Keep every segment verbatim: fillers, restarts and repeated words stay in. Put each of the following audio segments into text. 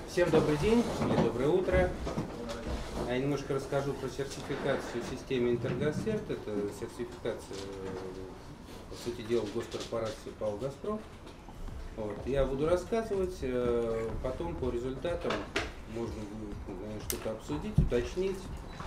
Всем добрый день или доброе утро. Я немножко расскажу про сертификацию в системе Интергазсерт. Это сертификация, по сути дела, госкорпорации ПАО «Газпром». Вот. Я буду рассказывать, потом по результатам можно будет что-то обсудить, уточнить.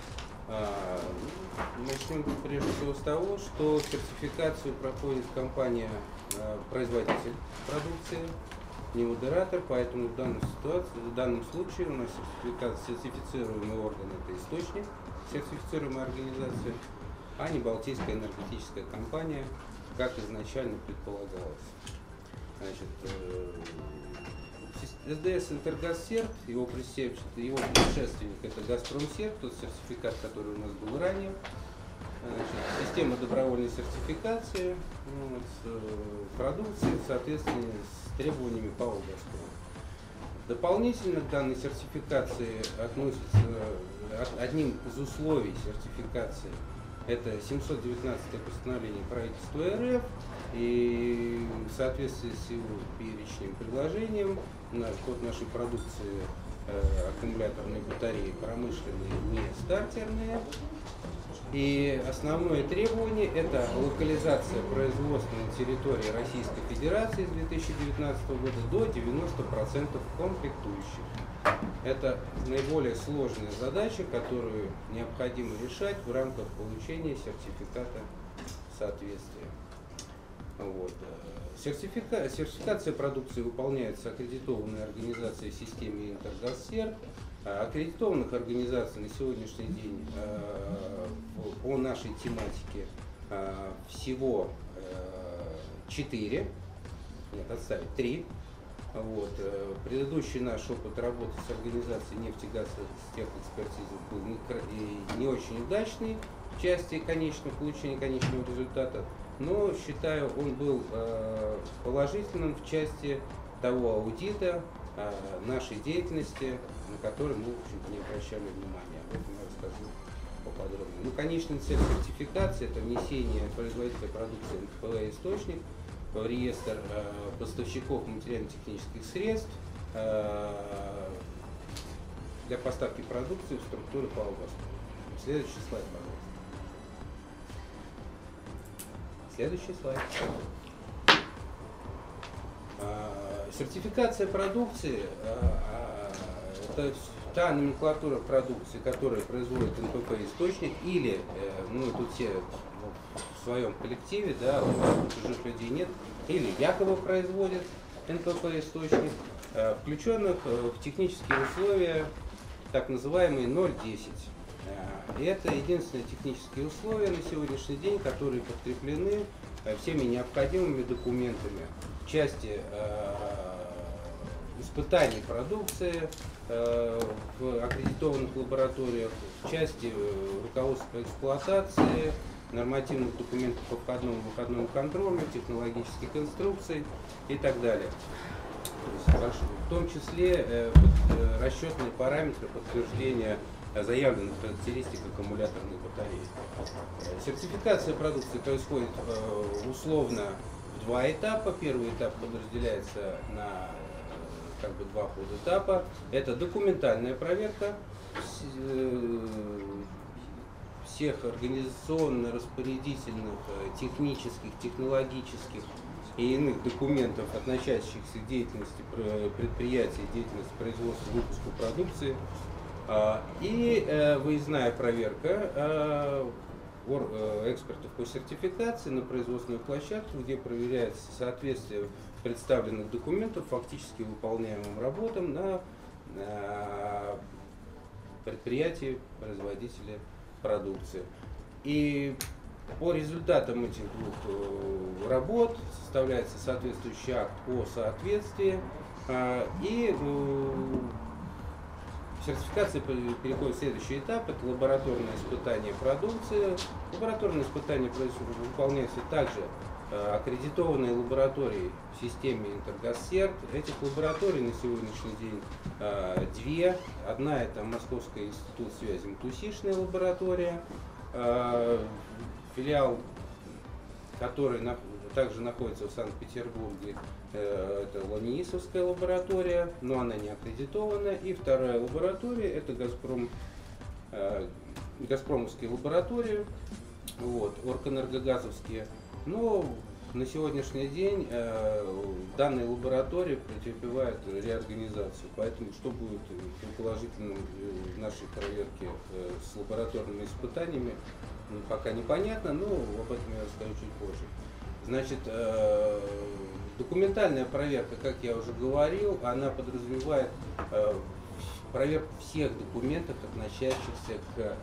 Начнем прежде всего с того, что сертификацию проходит компания-производитель продукции, не модератор, поэтому в данной ситуации, в данном случае у нас сертификат, сертифицируемый орган – это источник, сертифицируемая организация, а не Балтийская энергетическая компания, как изначально предполагалось. Значит, эс дэ эс Интергазсерт, его предшественник – это Газпромсерт, тот сертификат, который у нас был ранее. Значит, система добровольной сертификации вот, продукции в соответствии с требованиями ПАО «Газпром». Дополнительно к данной сертификации относится одним из условий сертификации это семьсот девятнадцатое постановление правительства эр эф, и в соответствии с его перечнем предложением на вход нашей продукции э, аккумуляторные батареи промышленные, не стартерные. И основное требование – это локализация производства на территории Российской Федерации с две тысячи девятнадцатого года до девяноста процентов комплектующих. Это наиболее сложная задача, которую необходимо решать в рамках получения сертификата соответствия. Вот. Сертифика... Сертификация продукции выполняется аккредитованной организацией в системе Интергазсерт. Аккредитованных организаций на сегодняшний день э, по нашей тематике э, всего четыре, э, нет, отставить три. Вот. Предыдущий наш опыт работы с организацией нефтегазэкспертизы был не, не очень удачный в части конечного получения конечного результата, но считаю, он был э, положительным в части того аудита э, нашей деятельности, на который мы, в общем-то, не обращали внимания. Об этом я расскажу поподробнее. Ну, конечная цель сертификации – это внесение производителя продукции эн пэ вэ «Источник» в реестр э, поставщиков материально-технических средств э, для поставки продукции в структуры ПАО «Газпром». Следующий слайд, пожалуйста. Следующий слайд. Э, сертификация продукции э, это та номенклатура продукции, которая производит эн пэ вэ «Источник», или, ну, тут все в своем коллективе, да, чужих людей нет, или якобы производит эн пэ вэ «Источник», включенных в технические условия, так называемые ноль десять. И это единственные технические условия на сегодняшний день, которые подкреплены всеми необходимыми документами в части испытаний продукции э, в аккредитованных лабораториях, в части э, руководства по эксплуатации, нормативных документов по входному и выходному контролю, технологических инструкций и так далее. То есть, в том числе э, под, э, расчетные параметры подтверждения заявленных характеристик аккумуляторной батареи. Сертификация продукции происходит э, условно в два этапа. Первый этап подразделяется на как бы два подэтапа. Это документальная проверка всех организационно-распорядительных, технических, технологических и иных документов, относящихся к деятельности предприятия, деятельности производства, выпуску продукции. И выездная проверка экспертов по сертификации на производственных площадках, где проверяется соответствие представленных документов фактически выполняемым работам на предприятии производителя продукции. И по результатам этих двух работ составляется соответствующий акт о соответствии, и сертификация переходит в следующий этап, это лабораторное испытание продукции. Лабораторное испытание выполняется также аккредитованной лабораторией в системе Интергазсерт. Этих лабораторий на сегодняшний день э, две. Одна это Московский институт связи МТУСИшная лаборатория, э, филиал, который на, также находится в Санкт-Петербурге, это Ланиисовская лаборатория, но она не аккредитована. И вторая лаборатория, это Газпром, Газпромовские лаборатории, вот, Оргэнергогазовские. Но на сегодняшний день э, данные лаборатории претерпевают реорганизацию, поэтому что будет при положительном э, нашей проверке э, с лабораторными испытаниями, ну, пока непонятно, но об этом я расскажу чуть позже. Значит, э, документальная проверка, как я уже говорил, она подразумевает э, проверку всех документов, относящихся к э,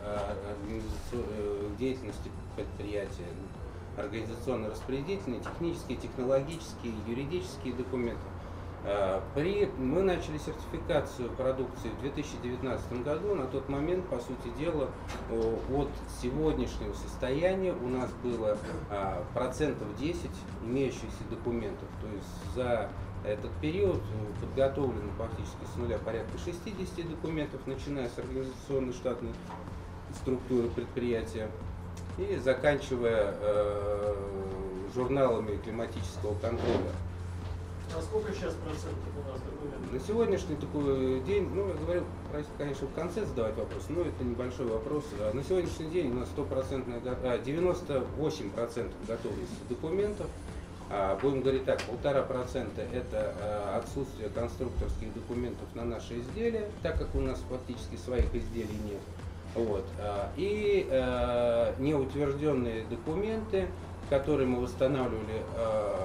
э, деятельности предприятия. Организационно-распределительные, технические, технологические, юридические документы. При, мы начали сертификацию продукции в две тысячи девятнадцатом году. На тот момент, по сути дела, от сегодняшнего состояния у нас было процентов десять имеющихся документов. То есть за этот период подготовлено фактически с нуля порядка шестидесяти документов, начиная с организационной штатной структуры предприятия и заканчивая э, журналами климатического контроля. А сколько сейчас процентов у нас документов? На сегодняшний такой день, ну, я говорил, конечно, в конце задавать вопрос, но это небольшой вопрос. На сегодняшний день у нас сто процентов, девяносто восемь процентов готовности документов. Будем говорить так, полтора процента это отсутствие конструкторских документов на наши изделия, так как у нас фактически своих изделий нет. Вот. И э, неутвержденные документы, которые мы восстанавливали э,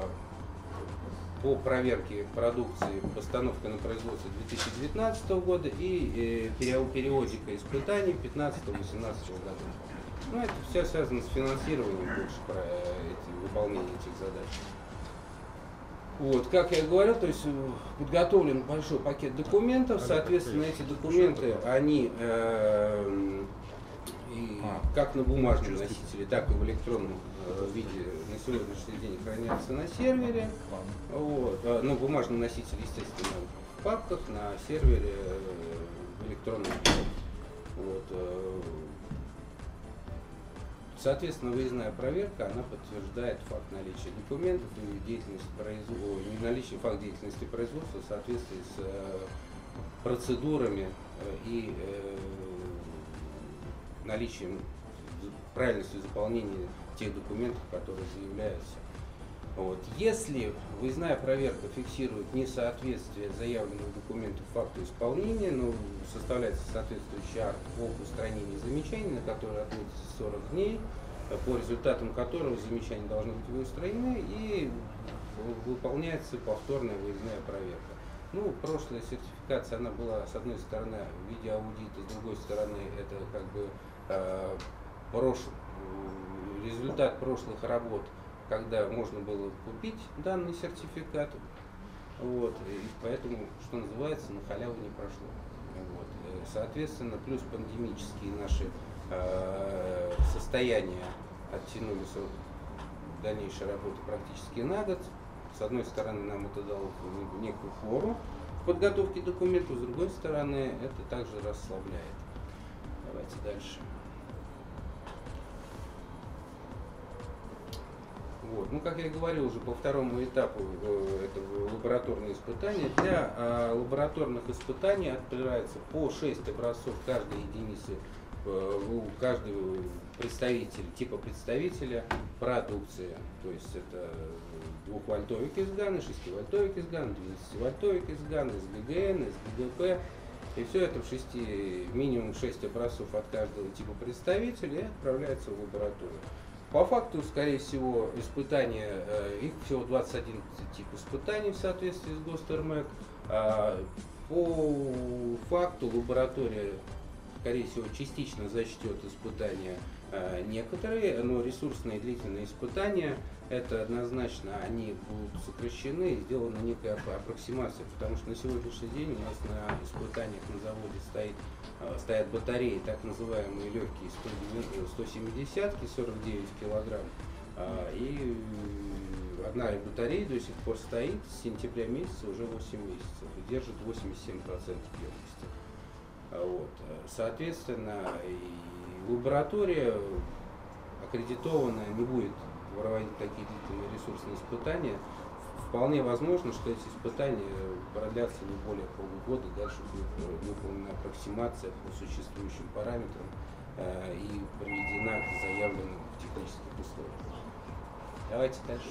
по проверке продукции, постановка на производство две тысячи девятнадцатого года и э, периодика испытаний две тысячи пятнадцатого-восемнадцатого года. Ну, это все связано с финансированием больше про эти, выполнение этих задач. Вот, как я говорил, то есть подготовлен большой пакет документов, соответственно, эти документы, они э, и как на бумажном носителе, так и в электронном э, виде на сегодняшний день хранятся на сервере. Вот, э, ну, бумажный носитель, естественно, в папках, на сервере э, в электронном виде. Вот, э, Соответственно, выездная проверка, она подтверждает факт наличия документов и деятельности производства, не наличие факт деятельности производства в соответствии с э, процедурами э, и э, наличием правильностью заполнения тех документов, которые заявляются. Вот. Если выездная проверка фиксирует несоответствие заявленных документов факту исполнения, ну, составляется соответствующий акт об устранении замечаний, на который отводится сорок дней, по результатам которого замечания должны быть устранены, и выполняется повторная выездная проверка. Ну, прошлая сертификация, она была, с одной стороны, в виде аудита, с другой стороны, это как бы э, прош... результат прошлых работ, когда можно было купить данный сертификат, вот, и поэтому, что называется, на халяву не прошло. Вот. Соответственно, плюс пандемические наши э, состояния оттянули срок дальнейшей работы практически на год. С одной стороны, нам это дало некую фору в подготовке документов, с другой стороны, это также расслабляет. Давайте дальше. Вот. Ну, как я говорил уже, по второму этапу э, этого лабораторные испытания. Для э, лабораторных испытаний отбирается по шесть образцов каждой единицы э, у каждого представителя, типа представителя продукции. То есть это двухвольтовик из ГАН, шестивольтовик из ГАН, двенадцативольтовик из ГАН, из ГГН, из ГГП. И все это в шести, минимум шесть образцов от каждого типа представителя и отправляется в лабораторию. По факту, скорее всего, испытания, их всего двадцать один тип испытаний в соответствии с ГОСТ-РМЭК. По факту лаборатория, скорее всего, частично зачтет испытания некоторые, но ресурсные длительные испытания, это однозначно, они будут сокращены и сделана некая аппроксимация, потому что на сегодняшний день у нас на испытаниях на заводе стоит, стоят батареи, так называемые легкие сто семидесятки, сорок девять килограмм, и одна батарея до сих пор стоит с сентября месяца уже восемь месяцев и держит восемьдесят семь процентов емкости. Вот. Соответственно, и лаборатория аккредитованная не будет проводить такие длительные ресурсные испытания, вполне возможно, что эти испытания продлятся не более полугода, дальше будет выполнена аппроксимация по существующим параметрам э, и приведена к заявленным техническим условиям. Давайте дальше.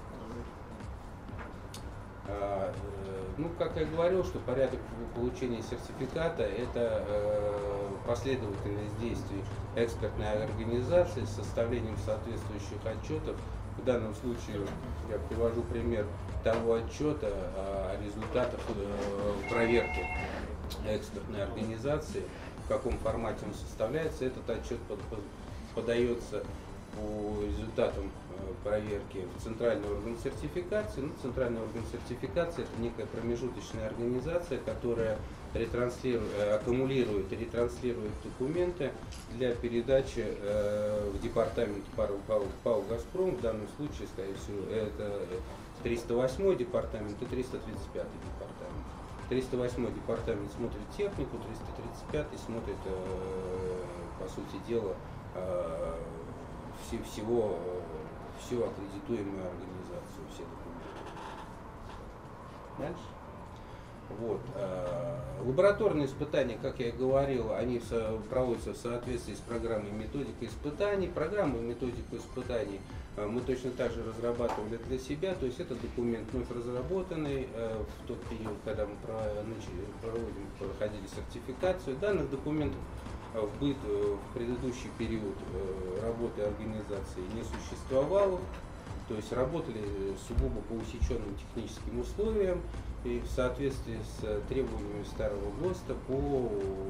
А, э, ну, как я говорил, что порядок получения сертификата – это э, последовательность действий экспертной организации с составлением соответствующих отчетов. В данном случае я привожу пример того отчета о результатах э, проверки экспертной организации, в каком формате он составляется. Этот отчет под, под, подается по результатам проверки в центральный орган сертификации. Ну, центральный орган сертификации – это некая промежуточная организация, которая ретранслирует, аккумулирует и ретранслирует документы для передачи э, в департамент ПАО «Газпром». В данном случае, скорее всего, это триста восьмой департамент и триста тридцать пятый департамент. триста восьмой департамент смотрит технику, триста тридцать пятый смотрит, э, по сути дела, э, все, всего, всю аккредитуемую организацию, все документы. Дальше. Вот. Лабораторные испытания, как я и говорил, они проводятся в соответствии с программой и методикой испытаний. Программу и методику испытаний мы точно так же разрабатывали для себя, то есть это документ вновь разработанный в тот период, когда мы проводим, проходили сертификацию. Данных документов в, быт, в предыдущий период работы организации не существовало, то есть работали сугубо по усеченным техническим условиям и в соответствии с требованиями старого ГОСТа по,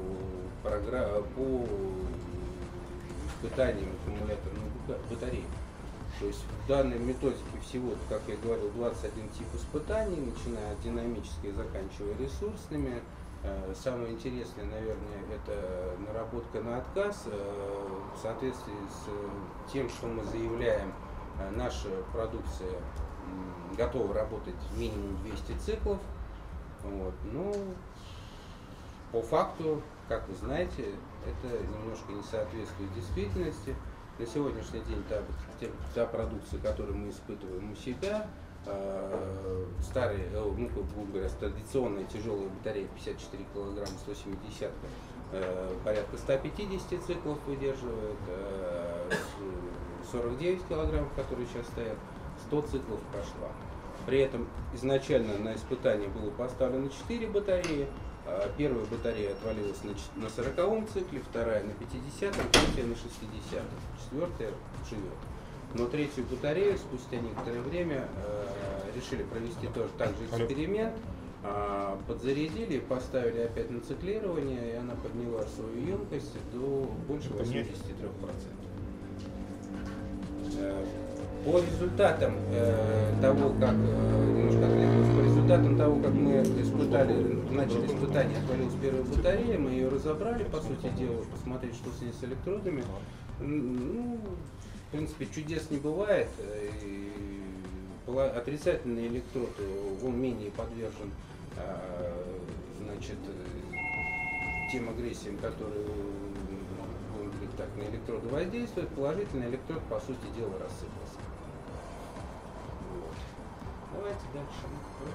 по испытаниям аккумуляторной батареи. То есть в данной методике всего, как я говорил, двадцать один тип испытаний, начиная от динамической и заканчивая ресурсными. Самое интересное, наверное, это наработка на отказ. В соответствии с тем, что мы заявляем, наша продукция готова работать минимум двести циклов. Вот. Но по факту, как вы знаете, это немножко не соответствует действительности. На сегодняшний день та, та продукция, которую мы испытываем у себя, старые, ну, грубо говоря, традиционная тяжелая батарея пятьдесят четыре килограмма, сто семьдесят, порядка ста пятидесяти циклов выдерживает, сорок девять килограммов, которые сейчас стоят, сто циклов прошла. При этом изначально на испытание было поставлено четыре батареи. Первая батарея отвалилась на сороковом цикле, вторая на пятидесятом, третья на шестидесятом, четвертая живет. Но третью батарею спустя некоторое время э, решили провести тоже так же эксперимент, э, подзарядили, поставили опять на циклирование, и она подняла свою емкость до больше восьмидесяти трёх процентов. Э, по результатам э, того, как э, немножко отвлеклась, по результатам того, как мы испытали, начали испытание, отвалилась первая батарея, мы ее разобрали, по сути дела, посмотреть, что с ней с электродами. Ну, в принципе, чудес не бывает. И отрицательный электрод, он менее подвержен, значит, тем агрессиям, которые, будем говорить так, на электроды воздействуют. Положительный электрод, по сути дела, рассыпался. Вот. Давайте дальше.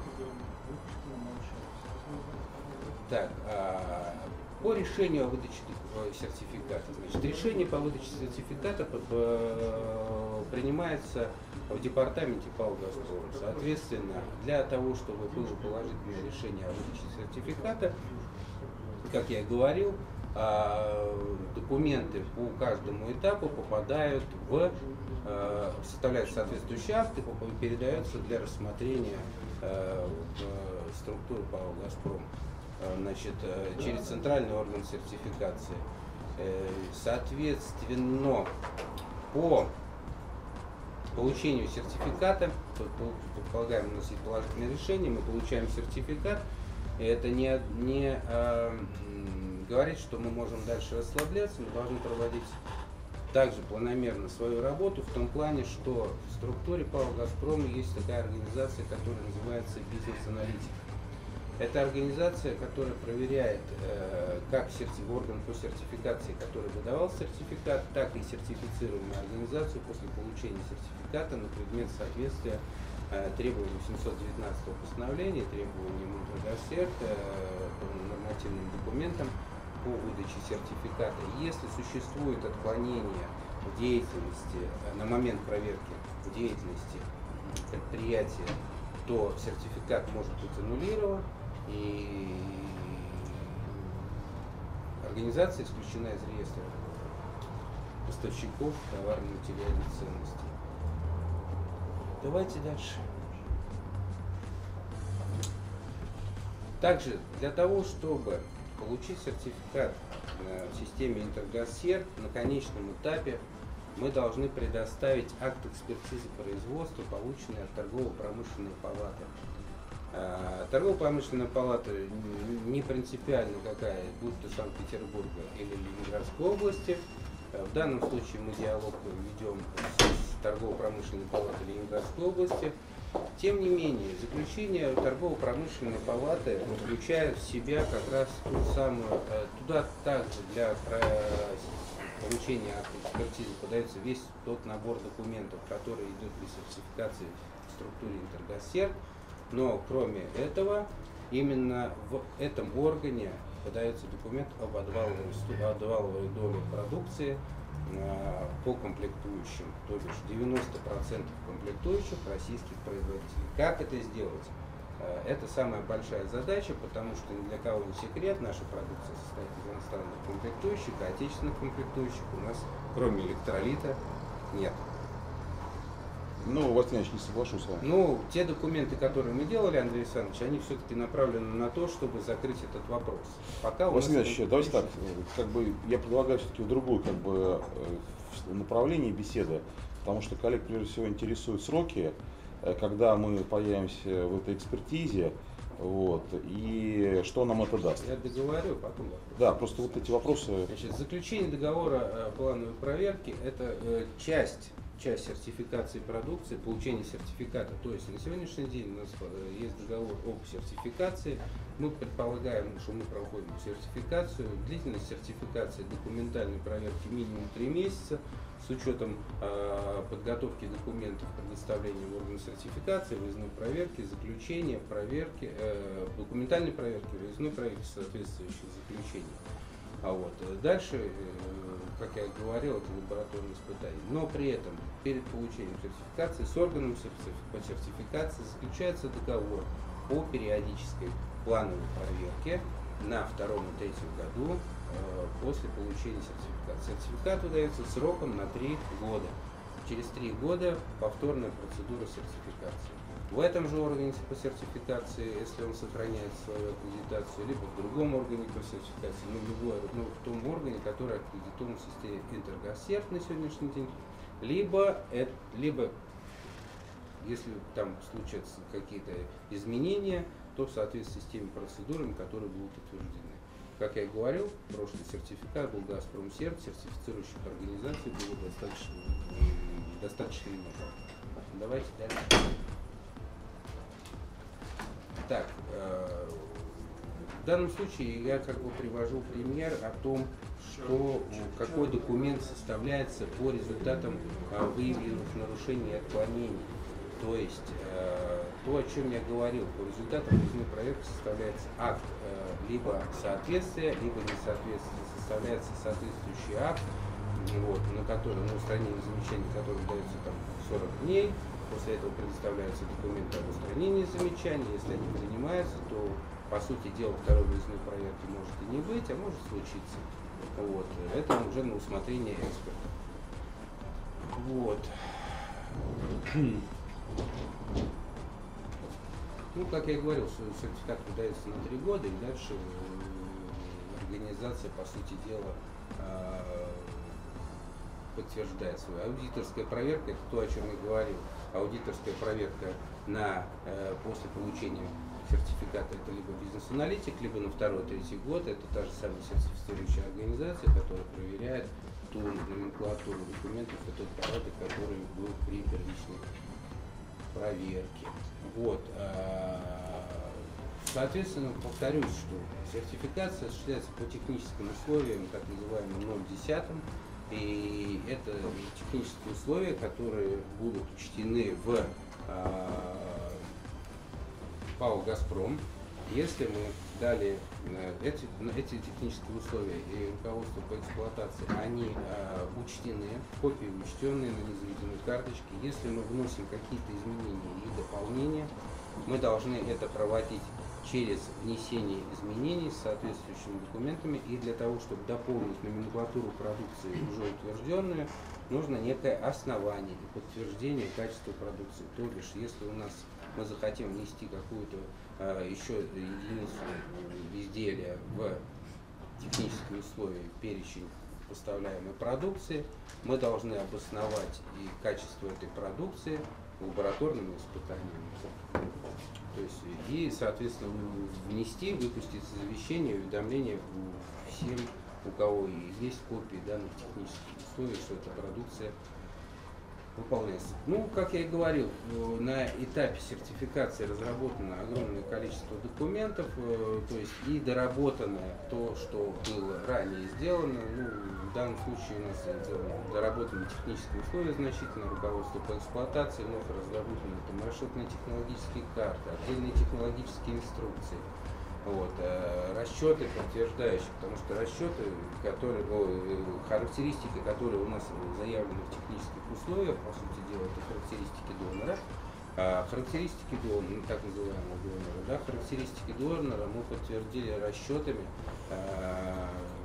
Так, а, по решению о выдаче сертификата. Значит, решение по выдаче сертификата принимается в департаменте ПАО «Газпром». Соответственно, для того, чтобы было положительное решение о выдаче сертификата, как я и говорил, документы по каждому этапу попадают в, составляют соответствующие акты, передаются для рассмотрения в структуру ПАО «Газпром». Значит, через центральный орган сертификации. Соответственно, по получению сертификата, предполагаем, у нас есть положительное решение, мы получаем сертификат, и это не, не а, говорит, что мы можем дальше расслабляться, мы должны проводить также планомерно свою работу в том плане, что в структуре ПАО «Газпром» есть такая организация, которая называется бизнес-аналитик. Это организация, которая проверяет э, как серти... орган по сертификации, который выдавал сертификат, так и сертифицируемую организацию после получения сертификата на предмет соответствия э, требованиям семьсот девятнадцатого постановления, требованиям Интергазсерт, э, нормативным документам по выдаче сертификата. Если существует отклонение в деятельности, э, на момент проверки в деятельности предприятия, то сертификат может быть аннулирован, и организация исключена из реестра поставщиков товарно-материальных ценностей. Давайте дальше. Также для того, чтобы получить сертификат в системе Интергазсерт, на конечном этапе мы должны предоставить акт экспертизы производства, полученный от торгово-промышленной палаты. Торгово-промышленная палата не принципиально какая, будь то Санкт-Петербурга или Ленинградской области. В данном случае мы диалог ведем с торгово-промышленной палатой Ленинградской области. Тем не менее, заключение торгово-промышленной палаты включает в себя как раз ту самую, туда также для получения акта экспертизы подается весь тот набор документов, который идет при сертификации в структуре Интергазсерт. Но кроме этого, именно в этом органе подается документ об отваловой доле продукции э, по комплектующим, то бишь девяносто процентов комплектующих российских производителей. Как это сделать? Э, это самая большая задача, потому что ни для кого не секрет, наша продукция состоит из иностранных комплектующих, а отечественных комплектующих у нас, кроме электролита, нет. Ну, Василий Ильич, не соглашусь с вами. Ну, те документы, которые мы делали, Андрей Александрович, они все-таки направлены на то, чтобы закрыть этот вопрос. Пока Василий Ильич, давайте так, как бы я предлагаю все-таки в другую как бы направление беседы, потому что коллег прежде всего интересуют сроки, когда мы появимся в этой экспертизе, вот, и что нам это даст. Я договорю, потом. Да, просто вот эти вопросы. Значит, заключение договора плановой проверки – это э, часть. часть сертификации продукции, получения сертификата. То есть на сегодняшний день у нас есть договор об сертификации. Мы предполагаем, что мы проходим сертификацию. Длительность сертификации документальной проверки минимум три месяца с учетом э, подготовки документов, предоставления в орган сертификации, выездной проверки, заключения, проверки, э, документальной проверки, выездной проверки соответствующих заключений. А вот дальше, как я говорил, это лабораторные испытания. Но при этом перед получением сертификации с органом по сертификации заключается договор о периодической плановой проверке на втором и третьем году э, после получения сертификата. Сертификат выдается сроком на три года. Через три года повторная процедура сертификации. В этом же органе по сертификации, если он сохраняет свою аккредитацию, либо в другом органе по сертификации, ну, любой, ну, в том органе, который аккредитован в системе Интергазсерт на сегодняшний день, либо, это, либо если там случатся какие-то изменения, то в соответствии с теми процедурами, которые будут утверждены. Как я и говорил, прошлый сертификат был Газпромсерт, сертифицирующих организаций было достаточно, достаточно много. Давайте дальше. Так, э, в данном случае я как бы привожу пример о том, что какой документ составляется по результатам э, выявленных нарушений и отклонений. То есть э, то, о чем я говорил, по результатам выездной проверки составляется акт э, либо соответствия, либо несоответствия. Составляется соответствующий акт, вот, на который, на устранение замечаний, который дается там сорок дней. После этого предоставляются документы об устранении замечаний. Если они принимаются, то, по сути дела, второй выездной проверки может и не быть, а может случиться. Вот. Это уже на усмотрение эксперта. Вот. Ну, как я и говорил, сертификат выдается на три года, и дальше организация, по сути дела, подтверждает свою. Аудиторская проверка – это то, о чем я говорил. Аудиторская проверка на, э, после получения сертификата – это либо бизнес-аналитик, либо на второй-третий год. Это та же самая сертифицирующая организация, которая проверяет ту номенклатуру документов и тот порядок, который был при первичной проверке. Вот. Соответственно, повторюсь, что сертификация осуществляется по техническим условиям, так называемым ноль десятым, и это технические условия, которые будут учтены в а, ПАО «Газпром». Если мы дали эти, эти технические условия и руководство по эксплуатации, они а, учтены, копии учтенные на независимой карточке. Если мы вносим какие-то изменения и дополнения, мы должны это проводить через внесение изменений с соответствующими документами, и для того, чтобы дополнить номенклатуру продукции уже утвержденную, нужно некое основание и подтверждение качества продукции. То бишь, если у нас мы захотим внести какую-то а, еще единицу изделия в технические условия, перечень поставляемой продукции, мы должны обосновать и качество этой продукции лабораторными испытаниями. То есть и, соответственно, внести, выпустить извещение, уведомление всем, у кого есть копии данных технических условий, что эта продукция выполняется. Ну, как я и говорил, на этапе сертификации разработано огромное количество документов, то есть и доработано то, что было ранее сделано. Ну, в данном случае у нас доработаны технические условия значительно, руководство по эксплуатации, вновь разработаны там маршрутно-технологические карты, отдельные технологические инструкции. Вот, э, расчеты подтверждающие, потому что расчеты, которые, о, характеристики, которые у нас заявлены в технических условиях, по сути дела, это характеристики донора, а характеристики донора, ну, так называемого донора, да, характеристики донора мы подтвердили расчетами, э,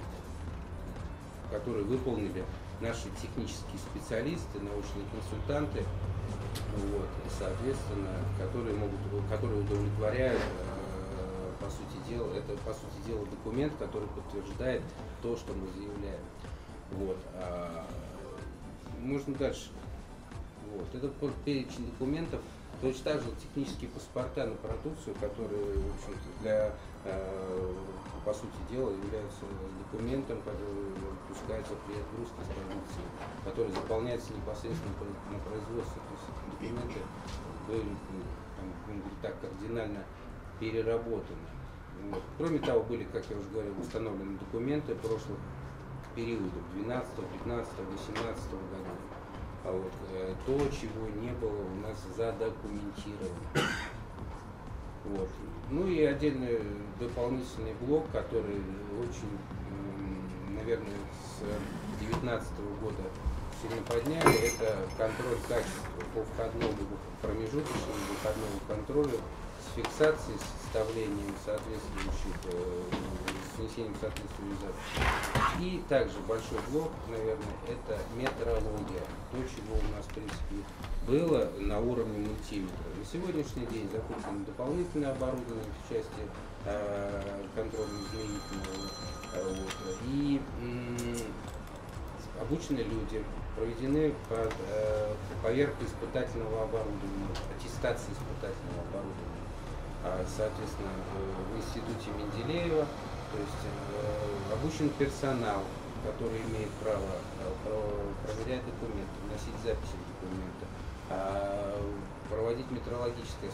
которые выполнили наши технические специалисты, научные консультанты, вот, и, соответственно, которые могут, которые удовлетворяют, по сути дела, это по сути дела документ, который подтверждает то, что мы заявляем. Вот. А, можно дальше. Вот. Это перечень документов. Точно так же технические паспорта на продукцию, которые, в общем-то, для, э, по сути дела, являются документом, который выпускается при отгрузке с продукции, который заполняется непосредственно на производстве. То есть документы были, там, так кардинально переработаны. Вот. Кроме того, были, как я уже говорил, установлены документы прошлых периодов двенадцатого, пятнадцатого, восемнадцатого годов. А вот, э, то, чего не было у нас задокументировано. Вот. Ну и отдельный дополнительный блок, который очень, наверное, с две тысячи девятнадцатого года сильно подняли, это контроль качества по входному, промежуточному выходному контролю, с фиксацией, с составлением соответствующих, э, с внесением соответствующих записей. И также большой блок, наверное, это метрология, то, чего у нас, в принципе, было на уровне мультиметра. На сегодняшний день закуплено дополнительное оборудование в части э, контрольно-измерительного. Э, вот, и м, обучены люди, проведены под, э, поверх испытательного оборудования, аттестации испытательного оборудования. Соответственно, в институте Менделеева, то есть э, обучен персонал, который имеет право э, проверять документы, вносить записи в документы, э, проводить метрологическое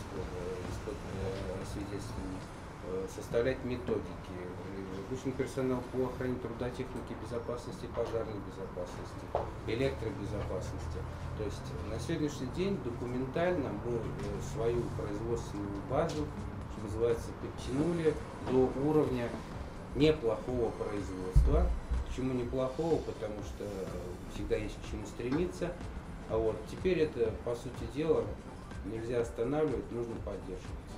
свидетельствование, э, составлять методики, обучен персонал по охране труда, техники безопасности, пожарной безопасности, электробезопасности. То есть на сегодняшний день документально мы свою производственную базу, что называется, подтянули до уровня неплохого производства. Почему неплохого? Потому что всегда есть к чему стремиться. А вот теперь это, по сути дела, нельзя останавливать, нужно поддерживать.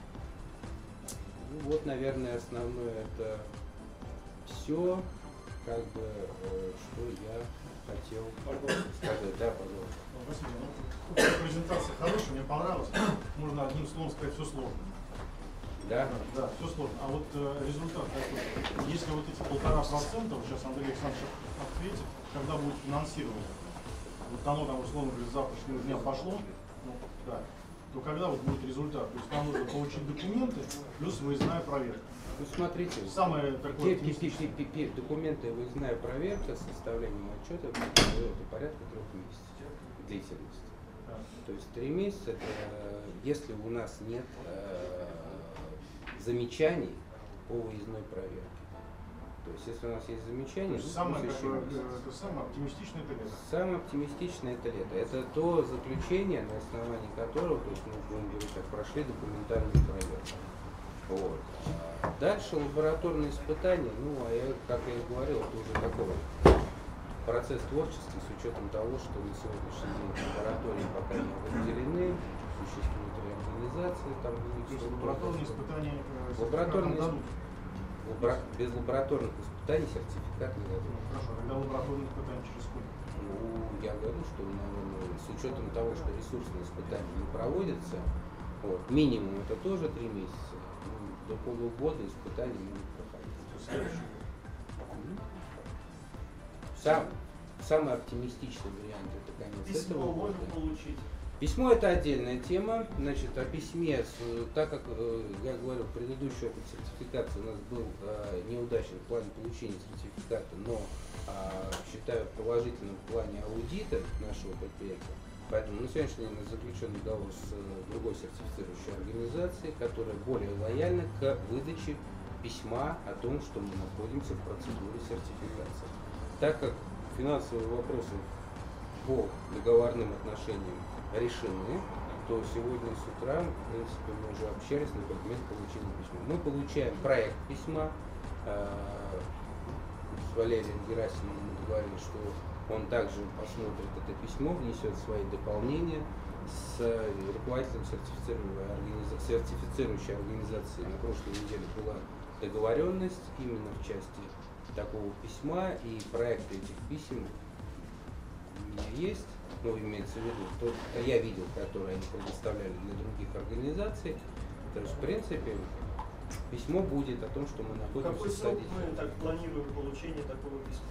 Ну, вот, наверное, основное это все, как бы, что я хотел сказать. Да, пожалуйста. Спасибо. Ну, презентация хорошая, мне понравилась. Можно одним словом сказать, все сложно. Да? Да, все сложно. А вот э, результат такой. Если вот эти полтора процента, вот сейчас Андрей Александрович ответит, когда будет финансирование, вот оно там, условно говоря, с завтрашнего дня пошло, ну, да, то когда вот будет результат? То есть нам нужно получить документы, плюс выездная проверка. Ну, смотрите, самое такое документы, выездная проверка с составлением отчета, это порядка трех месяцев длительности. Да. То есть три месяца, это, если у нас нет э, замечаний по выездной проверке. То есть, если у нас есть замечания, То есть ну, самое, плюс как еще бы, месяц. это самое оптимистичное это лето. Самое оптимистичное это лето. Это то заключение, на основании которого, то есть мы будем говорить, как прошли документальную проверку. Вот. А дальше лабораторные испытания, ну, а я, как я и говорил, это уже такой процесс творческий с учетом того, что на сегодняшний день лаборатории пока не определены, существуют реорганизации, там То есть лабораторные испытания э, Лабораторные сертификат нам дадут. Лабора... Без лабораторных испытаний сертификат не дадут. Ну, хорошо, тогда лабораторные испытания через сколько? Ну, я говорю, что, наверное, с учетом того, что ресурсные испытания не проводятся, вот, минимум это тоже три месяца, ну, до полугода испытания могут проходить. То есть следующий. Сам, самый оптимистичный вариант это конец Письмо этого можно года. получить. Письмо это отдельная тема. Значит, о письме, с, так как э, я говорю, предыдущий опыт сертификации у нас был э, неудачный в плане получения сертификата, но э, считаю положительным в плане аудита нашего предприятия. Поэтому на сегодняшний день у нас заключен договор с э, другой сертифицирующей организацией, которая более лояльна к выдаче письма о том, что мы находимся в процедуре сертификации. Так как финансовые вопросы по договорным отношениям решены, то сегодня с утра, в принципе, мы уже общались на предмет получения письма. Мы получаем проект письма. Э, с Валерием Герасимовым мы договорились, что он также посмотрит это письмо, внесет свои дополнения. С руководителем сертифицирующей организации, сертифицирующей организации на прошлой неделе была договоренность именно в части такого письма, и проекты этих писем у меня есть, ну, имеется в виду, то я видел, которые они предоставляли для других организаций. То есть, в принципе, письмо будет о том, что мы находимся Какой в срок стадии. мы так планируем получение такого письма?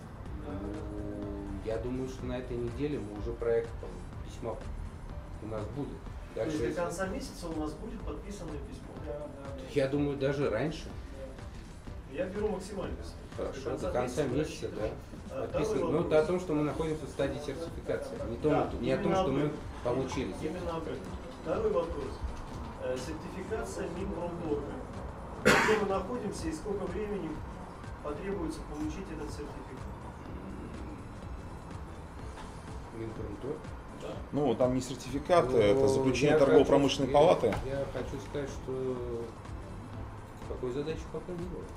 Ну, я думаю, что на этой неделе мы уже проект письма у нас будет. То Так есть что до если- конца месяца у нас будет подписанное письмо? Я думаю, даже раньше. Я беру максимальный срок. Хорошо, до конца месяца, да. А, Подписано. второй Ну, вопрос. это о том, что мы находимся в стадии сертификации. Не, том- Да, не о том, именно что об мы этом. получили. Именно об этом. Второй вопрос. Э, Сертификация Минпромторга. Где мы находимся и сколько времени потребуется получить этот сертификат? Минпромторг. Да. Ну, там не сертификат, Ну, это заключение я торгово-промышленной хочу- палаты. Я, я хочу сказать, что такой задачи пока не было.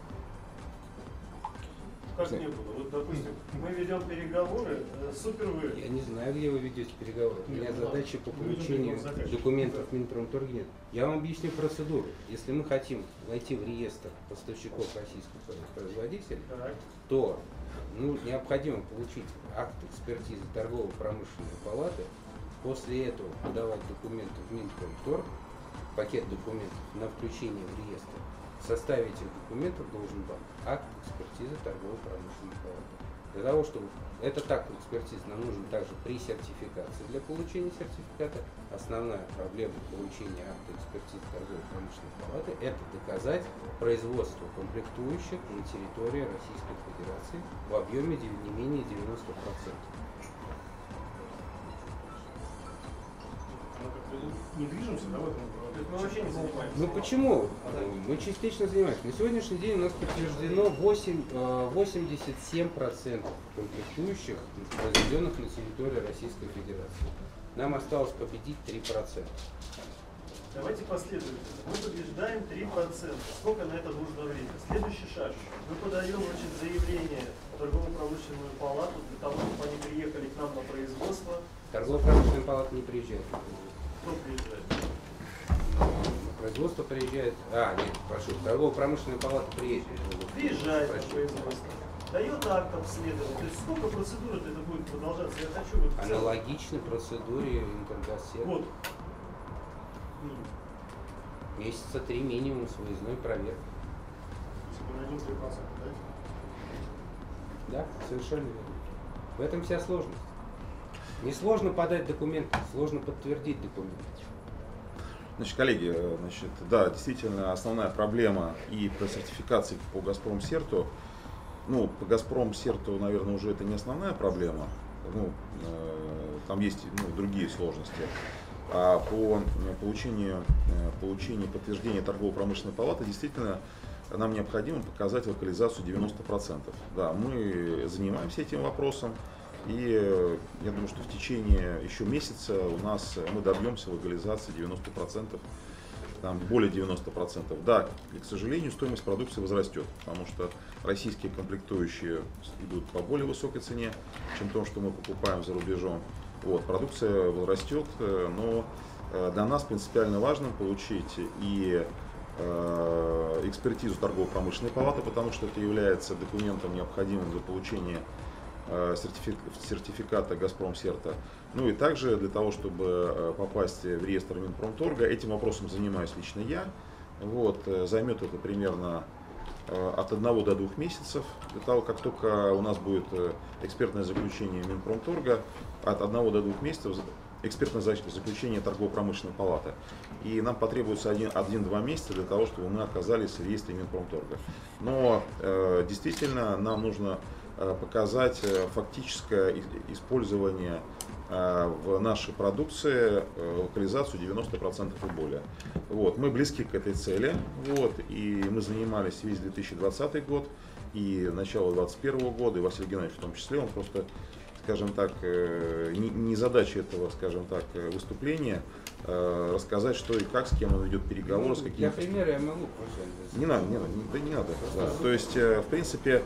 Как не было? Вот, допустим, мы ведем переговоры, э, супер вы. Я не знаю, где вы ведете переговоры. У меня Нет, ну, задачи по мы ведем получению переговоры с заказчиком. документов в Минпромторге нет. Я вам объясню процедуру. Если мы хотим войти в реестр поставщиков российских производителей, Так. то ну, необходимо получить акт экспертизы торгово-промышленной палаты, после этого подавать документы в Минпромторг, пакет документов на включение в реестр. В составе этих документов должен быть акт экспертизы торгово-промышленной палаты. Для того, чтобы этот акт экспертизы нам нужен также при сертификации. Для получения сертификата основная проблема получения акта экспертизы торгово-промышленной палаты – это доказать производство комплектующих на территории Российской Федерации в объеме дев- не менее девяноста процентов. Мы как-то не движемся, да, в этом? То есть мы вообще не занимаемся. Ну почему? Мы частично занимаемся. На сегодняшний день у нас подтверждено восемь, э, восемьдесят семь процентов комплектующих, произведенных на территории Российской Федерации. Нам осталось победить три процента. Давайте последовательно. Мы побеждаем три процента. Сколько на это нужно времени? Следующий шаг. Мы подаем, значит, заявление в торгово-промышленную палату для того, чтобы они приехали к нам на производство. Торгово-промышленная палата не приезжает. Кто приезжает? На производство приезжает. А, нет, прошу, торгово-промышленная палата приедет. Приезжает на Прошу. производство. Дает акт обследования. То есть сколько процедур это будет продолжаться? Я хочу вот в целом. Аналогично процедуре Интергазсервис. Вот. Месяца три минимум с выездной проверки. Если мы найдем три процента, да? Да, совершенно верно. В этом вся сложность. Несложно подать документы, сложно подтвердить документы. Значит, коллеги, э, значит, да, действительно основная проблема и по сертификации по Газпромсерту, ну, по Газпромсерту, наверное, уже это не основная проблема, ну, э, там есть ну, другие сложности. А по получению, получению подтверждения торгово-промышленной палаты действительно нам необходимо показать локализацию девяносто процентов. Да, мы занимаемся этим вопросом, и я думаю, что в течение еще месяца у нас мы добьемся локализации девяноста процентов, там более девяноста процентов. Да, и, к сожалению, стоимость продукции возрастет, потому что российские комплектующие идут по более высокой цене, чем то, что мы покупаем за рубежом. Вот, продукция возрастет, но для нас принципиально важно получить и экспертизу торгово-промышленной палаты, потому что это является документом, необходимым для получения сертификата Газпромсерта. Ну и также для того, чтобы попасть в реестр Минпромторга, этим вопросом занимаюсь лично я. Вот, займет это примерно от одного до двух месяцев. Для того, как только у нас будет экспертное заключение Минпромторга, от одного до двух месяцев экспертное заключение торгово-промышленной палаты. И нам потребуется один-два месяца для того, чтобы мы оказались в реестре Минпромторга. Но э, действительно нам нужно э, показать э, фактическое использование э, в нашей продукции э, локализацию девяноста процентов и более. Вот. Мы близки к этой цели, вот, и мы занимались весь две тысячи двадцатый год и начало две тысячи двадцать первого года, и Василий Геннадьевич в том числе, он просто, скажем так, не, не задача этого, скажем так, выступления рассказать, что и как, с кем он ведет переговоры, Ну, с какими... Для примера я могу просто... Не надо, не надо, да не надо. Да. То есть, в принципе,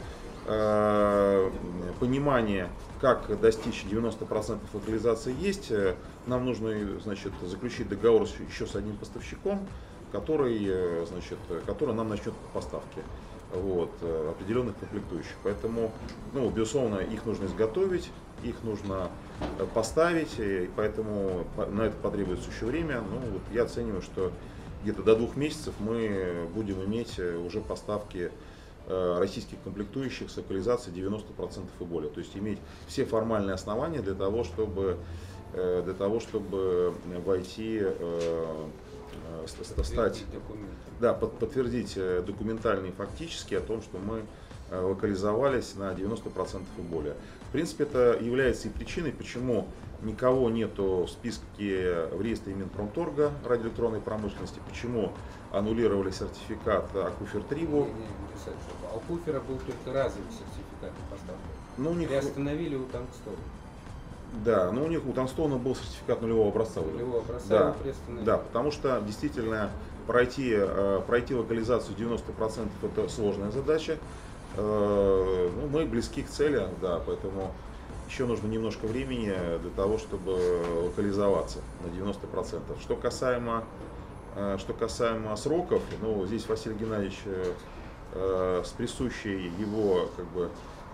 понимание, как достичь девяноста процентов локализации есть. Нам нужно, значит, заключить договор еще с одним поставщиком, который, значит, который нам начнет поставки. Вот, определенных комплектующих. Поэтому, ну, безусловно, их нужно изготовить, их нужно поставить, и поэтому на это потребуется еще время. Ну, вот я оцениваю, что где-то до двух месяцев мы будем иметь уже поставки российских комплектующих с локализацией девяноста процентов и более. То есть иметь все формальные основания для того, чтобы, для того, чтобы войти, стать, да, подтвердить документально и фактически о том, что мы локализовались на девяносто процентов и более. В принципе, это является и причиной, почему никого нету в списке в реестре Минпромторга радиоэлектронной промышленности, почему аннулировали сертификат Акуфер-Трибу. А у Акуфера был только разовый сертификат на поставку. Ну, у них... Приостановили у Тангстона. Да, но у них у Тангстона был сертификат нулевого образца. Нулевого образца, да, приостановили. да, потому что действительно пройти, пройти локализацию девяноста процентов это сложная задача. Ну, мы близки к цели, да, поэтому еще нужно немножко времени для того, чтобы локализоваться на девяносто процентов. Что касаемо, что касаемо сроков, ну, здесь Василий Геннадьевич с присущей его, как бы,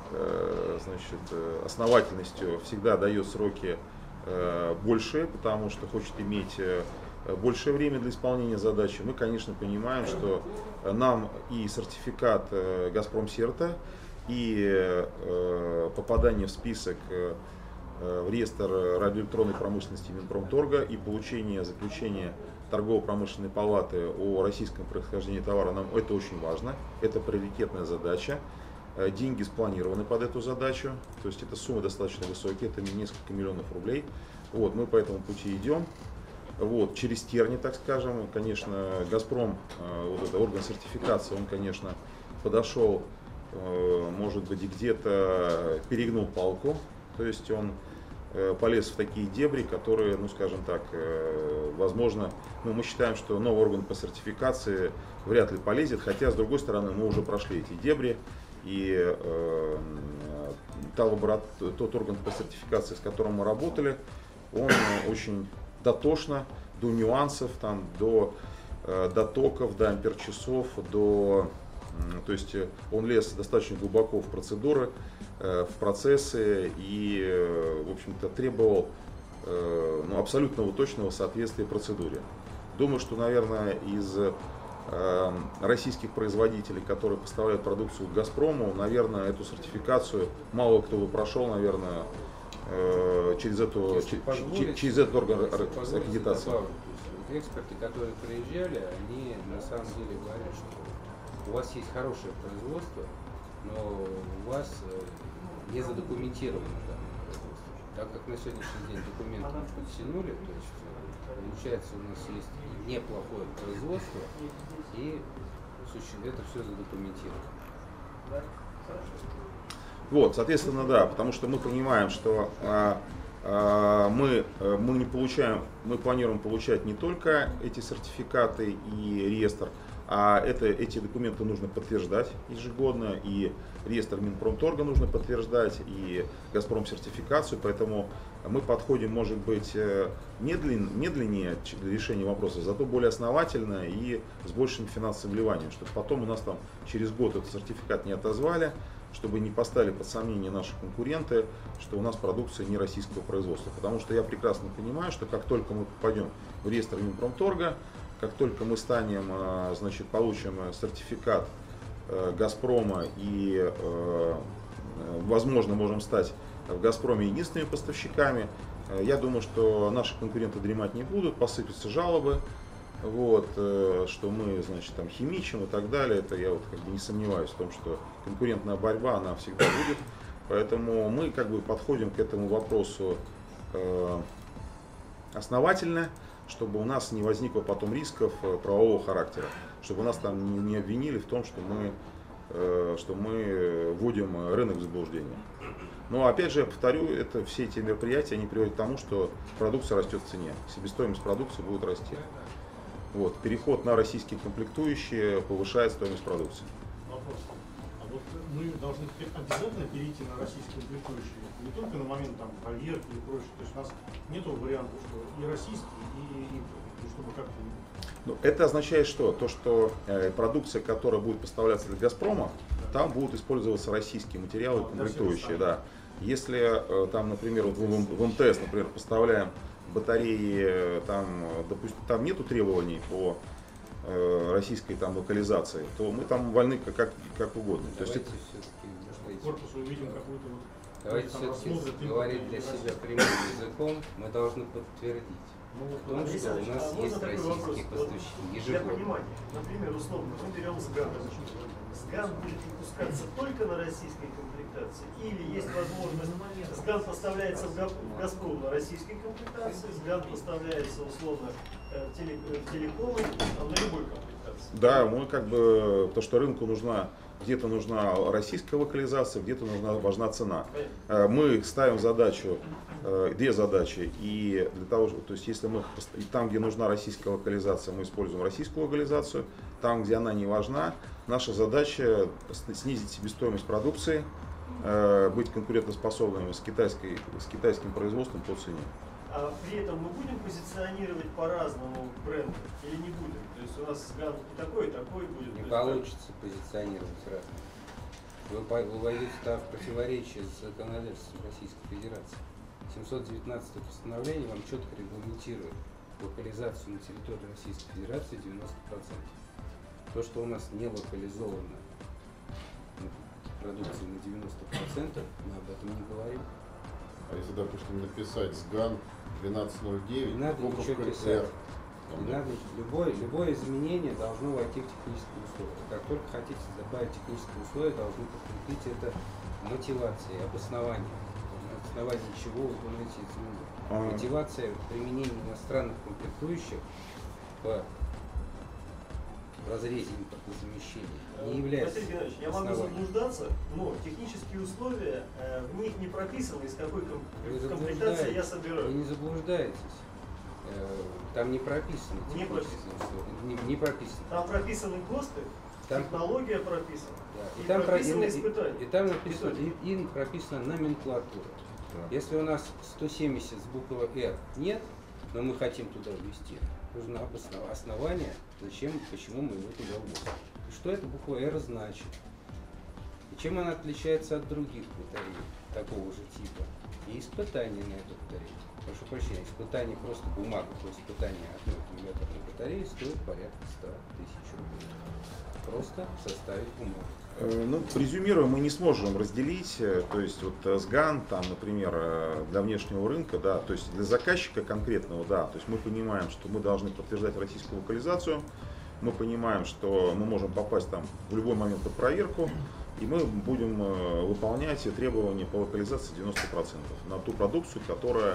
значит, основательностью всегда дает сроки большие, потому что хочет иметь большее время для исполнения задачи. Мы, конечно, понимаем, что нам и сертификат Газпромсерта, и попадание в список в реестр радиоэлектронной промышленности Минпромторга, и получение заключения торгово-промышленной палаты о российском происхождении товара, нам это очень важно, это приоритетная задача. Деньги спланированы под эту задачу, то есть это суммы достаточно высокие, это несколько миллионов рублей. Вот, мы по этому пути идем. Вот, через терни, так скажем, конечно, Газпром, вот это орган сертификации, он, конечно, подошел, может быть, где-то перегнул палку, то есть он полез в такие дебри, которые, ну, скажем так, возможно, ну, мы считаем, что новый орган по сертификации вряд ли полезет, хотя, с другой стороны, мы уже прошли эти дебри, и э, та лабора... тот орган по сертификации, с которым мы работали, он очень дотошно, до нюансов, там, до, э, до токов, до амперчасов, до, э, то есть он лез достаточно глубоко в процедуры, э, в процессы и, э, в общем-то, требовал э, ну, абсолютного точного соответствия процедуре. Думаю, что, наверное, из э, российских производителей, которые поставляют продукцию к Газпрому, наверное, эту сертификацию мало кто бы прошел, наверное, через эту, через, через этот орган аккредитации. Эксперты, которые приезжали, они на самом деле говорят, что у вас есть хорошее производство, но у вас не задокументировано данное производство. Так как на сегодняшний день документы подтянули, то есть Получается, у нас есть неплохое производство, и это все задокументировано. Вот, соответственно, да, потому что мы понимаем, что а, а, мы, мы не получаем, мы планируем получать не только эти сертификаты и реестр, а это, эти документы нужно подтверждать ежегодно, и реестр Минпромторга нужно подтверждать, и Газпром сертификацию, поэтому мы подходим, может быть, медлен, медленнее для решения вопроса, зато более основательно и с большим финансовым вливанием, чтобы потом у нас там через год этот сертификат не отозвали, чтобы не поставили под сомнение наши конкуренты, что у нас продукция не российского производства. Потому что я прекрасно понимаю, что как только мы попадем в реестр Минпромторга, как только мы станем, значит, получим сертификат Газпрома и, возможно, можем стать в Газпроме единственными поставщиками, я думаю, что наши конкуренты дремать не будут, посыпятся жалобы, вот, что мы, значит, там химичим и так далее. Это я вот как бы не сомневаюсь в том, что конкурентная борьба, она всегда будет. Поэтому мы как бы подходим к этому вопросу основательно, чтобы у нас не возникло потом рисков правового характера, чтобы нас там не обвинили в том, что мы, что мы вводим рынок в заблуждение. Но опять же, я повторю, это, все эти мероприятия они приводят к тому, что продукция растет в цене, себестоимость продукции будет расти. Вот, переход на российские комплектующие повышает стоимость продукции. Вопрос. А вот мы должны обязательно перейти на российские комплектующие, не только на момент там проверки и прочее. То есть у нас нет вариантов, что и российские, и импортные, чтобы как-то. Ну, это означает что? То, что э, продукция, которая будет поставляться для Газпрома, да, там будут использоваться российские материалы, комплектующие. Да. Если э, там, например, вот в, в МТС, например, поставляем батареи, там, допустим, там нету требований по э, российской там локализации, то мы там вольны как, как, как угодно. Давайте То есть, все-таки корпус увидим какую-то вот. Давайте все-таки говорить для себя прямым языком, мы должны подтвердить Ну, в том, Андрей что у Александрович, нас а есть можно такой российские вопрос? поставщики Вот для ежегодно. понимания, например, условно, мы берем СГАН. СГАН будет выпускаться только на российской комплектации? Или есть возможность, СГАН поставляется в Га- в Газпром на российской комплектации, СГАН поставляется условно э, в теле- в телекомы а на любой комплектации? да, мы как бы, то, что рынку нужна, где-то нужна российская локализация, где-то нужна, важна цена. Э, Мы ставим задачу, э, две задачи, и для того, что- то есть если мы пост- и там, где нужна российская локализация, мы используем российскую локализацию, там, где она не важна, наша задача с- снизить себестоимость продукции, э, быть конкурентоспособными с, китайской, с китайским производством по цене. А при этом мы будем позиционировать по-разному бренды или не будем? То есть у нас СГАН и такой, и такой будет. Не то есть получится позиционировать разно. Вы, по- вы войдете в противоречие с законодательством Российской Федерации. семьсот девятнадцатое постановление вам четко регламентирует локализацию на территории Российской Федерации девяносто процентов. То, что у нас не локализовано продукция на девяносто процентов, мы об этом не говорим. А если, допустим, написать СГАН двенадцать ноль девять, Не надо буковка ничего «Р», писать. там, Не надо, любое, любое изменение должно войти в технические условия. Как только хотите добавить технические условия, должны подкрепить это мотивацией, обоснованием. На основании чего вы планируете изменить. А. Мотивация применения иностранных комплектующих в разрезе импортозамещения не является Василий Геннадьевич, я могу основанием. заблуждаться, но технические условия, э, в них не прописано, из какой ком- Вы комплектации я заблуждаетесь. собираю. Вы не заблуждаетесь. Э, Там не прописано. Не технические условия. Не, не прописано. Там прописаны ГОСТы, Там- технология прописана, Да. и, И, там, про- прописаны и- испытания. и- и там написано, Итоги. и, и прописана номенклатура. Да. Если у нас сто семьдесят с буквы «Р» нет, но мы хотим туда ввести, нужно обоснов- основание, зачем, почему мы его туда вводим. И что эта буква «Р» значит. И чем она отличается от других батарей такого же типа. И испытания на эту батарею. Прошу прощения, испытание просто бумага, то испытание одной аккумуляторной батареи стоит порядка ста тысяч рублей. Просто составить бумагу. Э, Ну, резюмируя, мы не сможем разделить, э, то есть вот э, СГАН, там, например, э, для внешнего рынка, да, то есть для заказчика конкретного, да, то есть мы понимаем, что мы должны подтверждать российскую локализацию, мы понимаем, что мы можем попасть там в любой момент под проверку, и мы будем э, выполнять требования по локализации девяносто процентов на ту продукцию, которая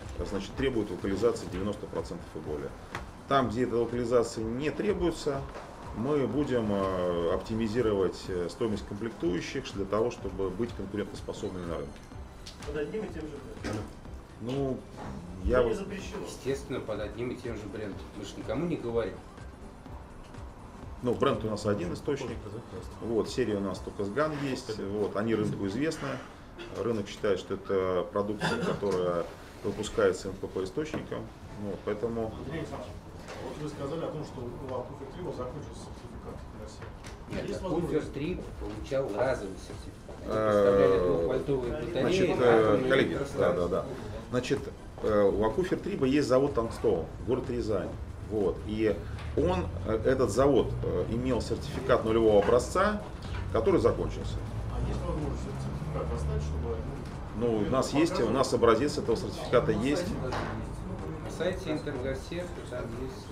значит, требует локализации девяноста процентов и более. Там, где эта локализация не требуется, мы будем оптимизировать стоимость комплектующих для того, чтобы быть конкурентоспособными на рынке. Под одним и тем же брендом. Ну, я Это не вот... запрещено. Естественно, под одним и тем же брендом. Мы же никому не говорим. Ну, бренд у нас один источник. Вот, серия у нас только сган есть. Вот, они рынку известны. Рынок считает, что это продукция, которая выпускается эн пэ пэ источником. Вот, поэтому... Андрей Александрович, вот вы сказали о том, что у Акуфер три закончился сертификат для всех. Нет, Есть Акуфер возможность? три получал разовый сертификат. Они Э, поставляли двухвольтовые батареи. Значит, э, атомные коллеги, да, электростанции. да, да. Значит, э, у Акуфер три есть завод Тангстоун, город Рязань. Вот. И он, э, этот завод, э, имел сертификат нулевого образца, который закончился. А есть возможность сертификат достать, чтобы... Ну, у нас есть, у нас образец этого сертификата есть. На сайте Интергазсерв там есть.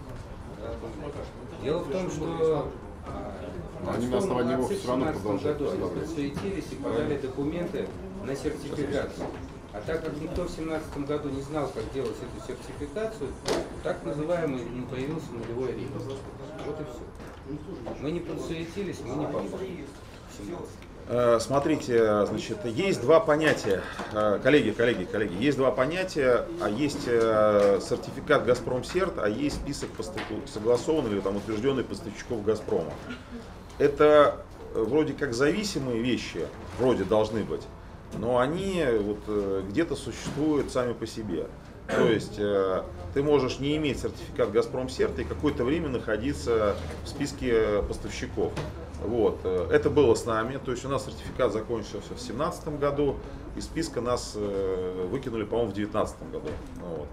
Дело в том, что а, Они на основании него в всё равно семнадцатом продолжают году они поставлять. подсуетились и подали документы на сертификацию. А так как никто в семнадцатом году не знал, как делать эту сертификацию, так называемый не появился нулевой реестр. Вот и все. Мы не подсуетились, мы не попали. в семнадцатом. Э, Смотрите, значит, есть два понятия, Э, коллеги, коллеги, коллеги, есть два понятия, а есть э, сертификат Газпромсерт, а есть список поставщиков, согласованный или там утвержденный поставщиков Газпрома. Это э, вроде как зависимые вещи, вроде должны быть, но они вот э, где-то существуют сами по себе. То есть э, ты можешь не иметь сертификат Газпромсерт и какое-то время находиться в списке поставщиков. Вот. э, Это было с нами, то есть у нас сертификат закончился в две тысячи семнадцатом году, из списка нас э, выкинули, по-моему, в две тысячи девятнадцатом году. Вот.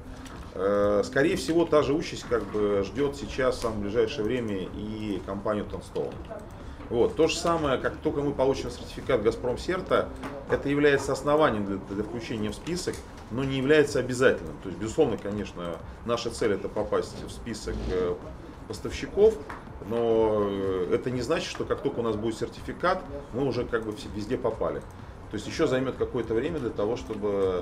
Э, Скорее всего, та же участь как бы ждет сейчас в самое ближайшее время и компанию Тангстоун. Вот. То же самое, как только мы получим сертификат Газпромсерта, это является основанием для, для включения в список, но не является обязательным. То есть, безусловно, конечно, наша цель это попасть в список э, поставщиков, но э, это не значит, что как только у нас будет сертификат, мы уже как бы все- везде попали. То есть еще займет какое-то время для того, чтобы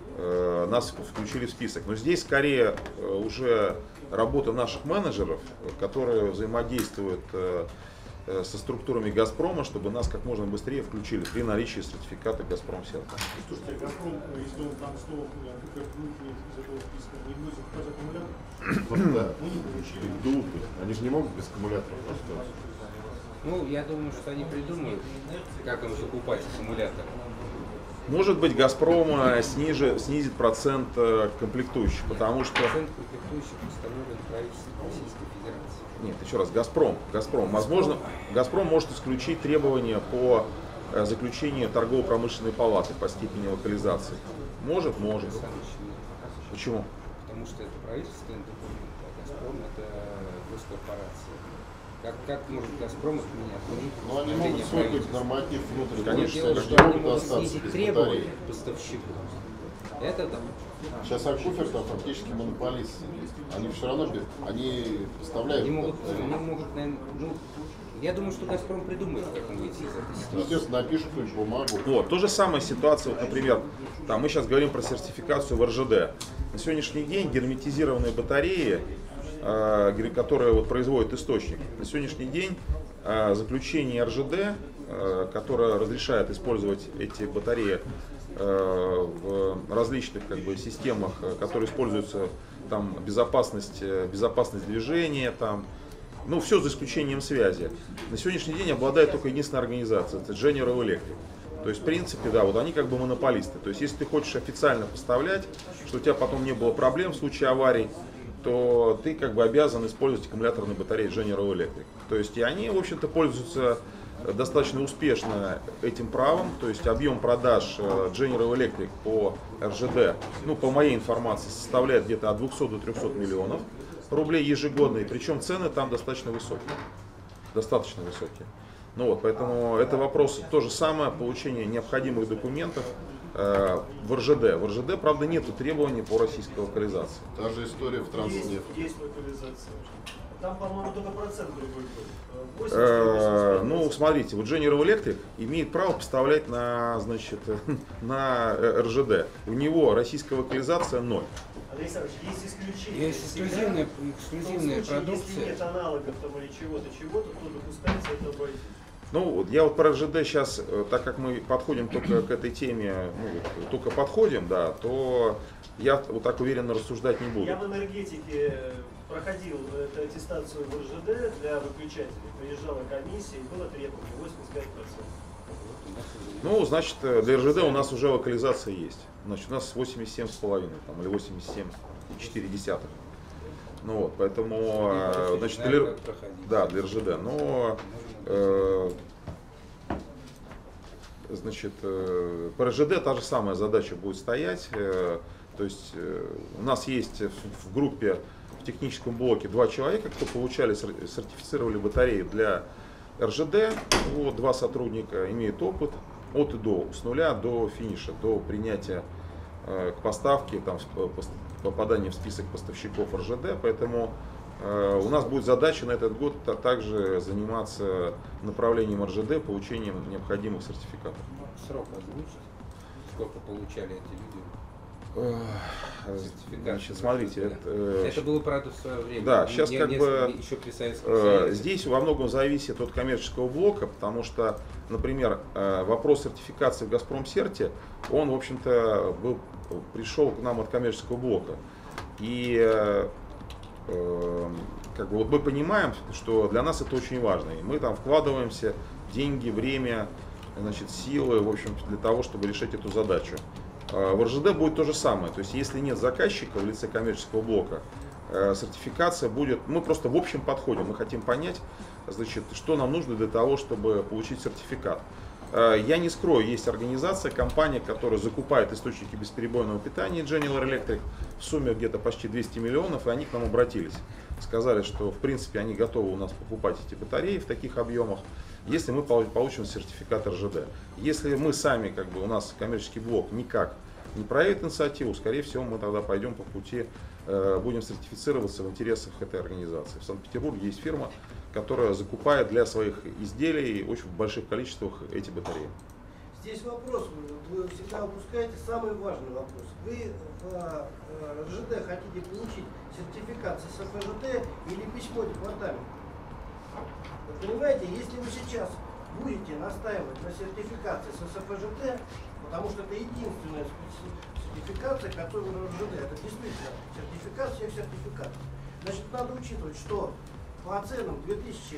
э, нас включили в список. Но здесь скорее э, уже работа наших менеджеров, э, которые взаимодействуют э, э, со структурами Газпрома, чтобы нас как можно быстрее включили при наличии сертификата Газпромсерта. Слушайте, Газпром, если он там сто Акуфер выкинет из этого списка, не будет закупать аккумулятор? Вот да. Мы не получили. Идут. Они же не могут без аккумуляторов остаться. Ну, я думаю, что они придумают, как им закупать аккумулятор. Может быть, Газпром э, снижи- снизит процент э, комплектующих, потому что... Процент комплектующих установлен правительством Российской Федерации. Нет, еще раз, Газпром. Газпром. Возможно, Газпром может исключить требования по э, заключению торгово-промышленной палаты по степени локализации. Может, может. Сам еще нет. Почему? Потому что это правительственный документ, а «Газпром» — это госкорпорация. Как, как может «Газпром» от меня отменить Но они постановление могут свой какой-то правительства? норматив внутренний. Конечно, Дело, они что не они могут могут остаться снизить без требования батареи. к поставщику. Это да. Сейчас Акуфер там фактически монополист. Они все равно без- они поставляют. Они могут, э, они могут, наверное, ну, я думаю, что «Газпром» придумает, как он выйти из этой ситуации. Естественно, напишут какую-нибудь бумагу. Вот, то же самая ситуация, вот, например, там мы сейчас говорим про сертификацию в эр жэ дэ. На сегодняшний день герметизированные батареи, э, гер- которые вот производит источник, на сегодняшний день э, заключение эр жэ дэ, э, которое разрешает использовать эти батареи э, в различных как бы, системах, э, которые используются там безопасность, э, безопасность движения, там, ну, все за исключением связи. На сегодняшний день обладает только единственная организация, это General Electric. То есть, в принципе, да, вот они как бы монополисты. То есть, если ты хочешь официально поставлять, что у тебя потом не было проблем в случае аварий, то ты как бы обязан использовать аккумуляторные батареи General Electric. То есть, и они, в общем-то, пользуются достаточно успешно этим правом. То есть, объем продаж э, General Electric по эр жэ дэ, ну, по моей информации, составляет где-то от двухсот до трёхсот миллионов рублей ежегодно, и причем цены там достаточно высокие, достаточно высокие. Ну вот, поэтому это вопрос то же самое, получение необходимых документов э, в эр жэ дэ. В эр жэ дэ, правда, нет требований по российской локализации. Та же история в Есть, Транснефти. есть локализация. Там, по-моему, только процент другой был. Э, Э, ну, смотрите, вот General Electric имеет право поставлять на, значит, на эр жэ дэ. У него российская локализация ноль. Андрей Александрович, есть исключения. Есть эксклюзивная, эксклюзивная В том случае, продукция. если нет аналогов там или чего-то, чего-то, то допускается это обойти. Ну, вот я вот про эр жэ дэ сейчас, так как мы подходим только к этой теме, ну, вот, только подходим, да, то я вот так уверенно рассуждать не буду. Я в энергетике проходил эту аттестацию в эр жэ дэ для выключателей. Приезжала комиссия и было требование восемьдесят пять процентов. Ну, значит, для эр жэ дэ у нас уже локализация есть. Значит, у нас восемьдесят семь с половиной там, или восемьдесят семь и четыре десятых. Ну вот, поэтому, И значит, знаем, для, как проходить. да, для эр жэ дэ. Но, э, значит, э, по эр жэ дэ та же самая задача будет стоять. Э, то есть э, у нас есть в, в группе, в техническом блоке два человека, кто получали, сертифицировали батареи для эр жэ дэ. Вот, два сотрудника имеют опыт от и до, с нуля до финиша, до принятия э, к поставке, там, попадания в список поставщиков эр жэ дэ. Поэтому э, у нас будет задача на этот год а также заниматься направлением эр жэ дэ, получением необходимых сертификатов. Срок озвучить, сколько получали эти люди. Сертификат. Значит, смотрите, это, э, Это было, правда, в свое время. Да, сейчас Не- как не- бы еще при Советском э, Союзе. здесь во многом зависит от коммерческого блока, потому что, например, э, вопрос сертификации в Газпромсерте, он, в общем-то, был, пришел к нам от коммерческого блока. И э, э, как бы вот мы понимаем, что для нас это очень важно. И мы там вкладываемся деньги, время, значит, силы, в общем, для того, чтобы решить эту задачу. В эр жэ дэ будет то же самое. То есть, если нет заказчика в лице коммерческого блока, сертификация будет, мы просто в общем подходим. Мы хотим понять, значит, что нам нужно для того, чтобы получить сертификат. Я не скрою, есть организация, компания, которая закупает источники бесперебойного питания General Electric в сумме где-то почти двести миллионов, и они к нам обратились. Сказали, что в принципе они готовы у нас покупать эти батареи в таких объемах, если мы получим сертификат эр жэ дэ. Если мы сами, как бы у нас коммерческий блок никак не проявит инициативу, скорее всего мы тогда пойдем по пути, э, будем сертифицироваться в интересах этой организации. В Санкт-Петербурге есть фирма, которая закупает для своих изделий очень в больших количествах эти батареи. Здесь вопрос, вы всегда упускаете самый важный вопрос. Вы в эр жэ дэ хотите получить сертификат с эс эф жэ дэ или письмо департамента? Вы понимаете, если вы сейчас будете настаивать на сертификации с эс эф жэ дэ, потому что это единственная сертификация, которая в эр жэ дэ, это действительно сертификат всех сертификатов. Значит, надо учитывать, что по оценкам две тысячи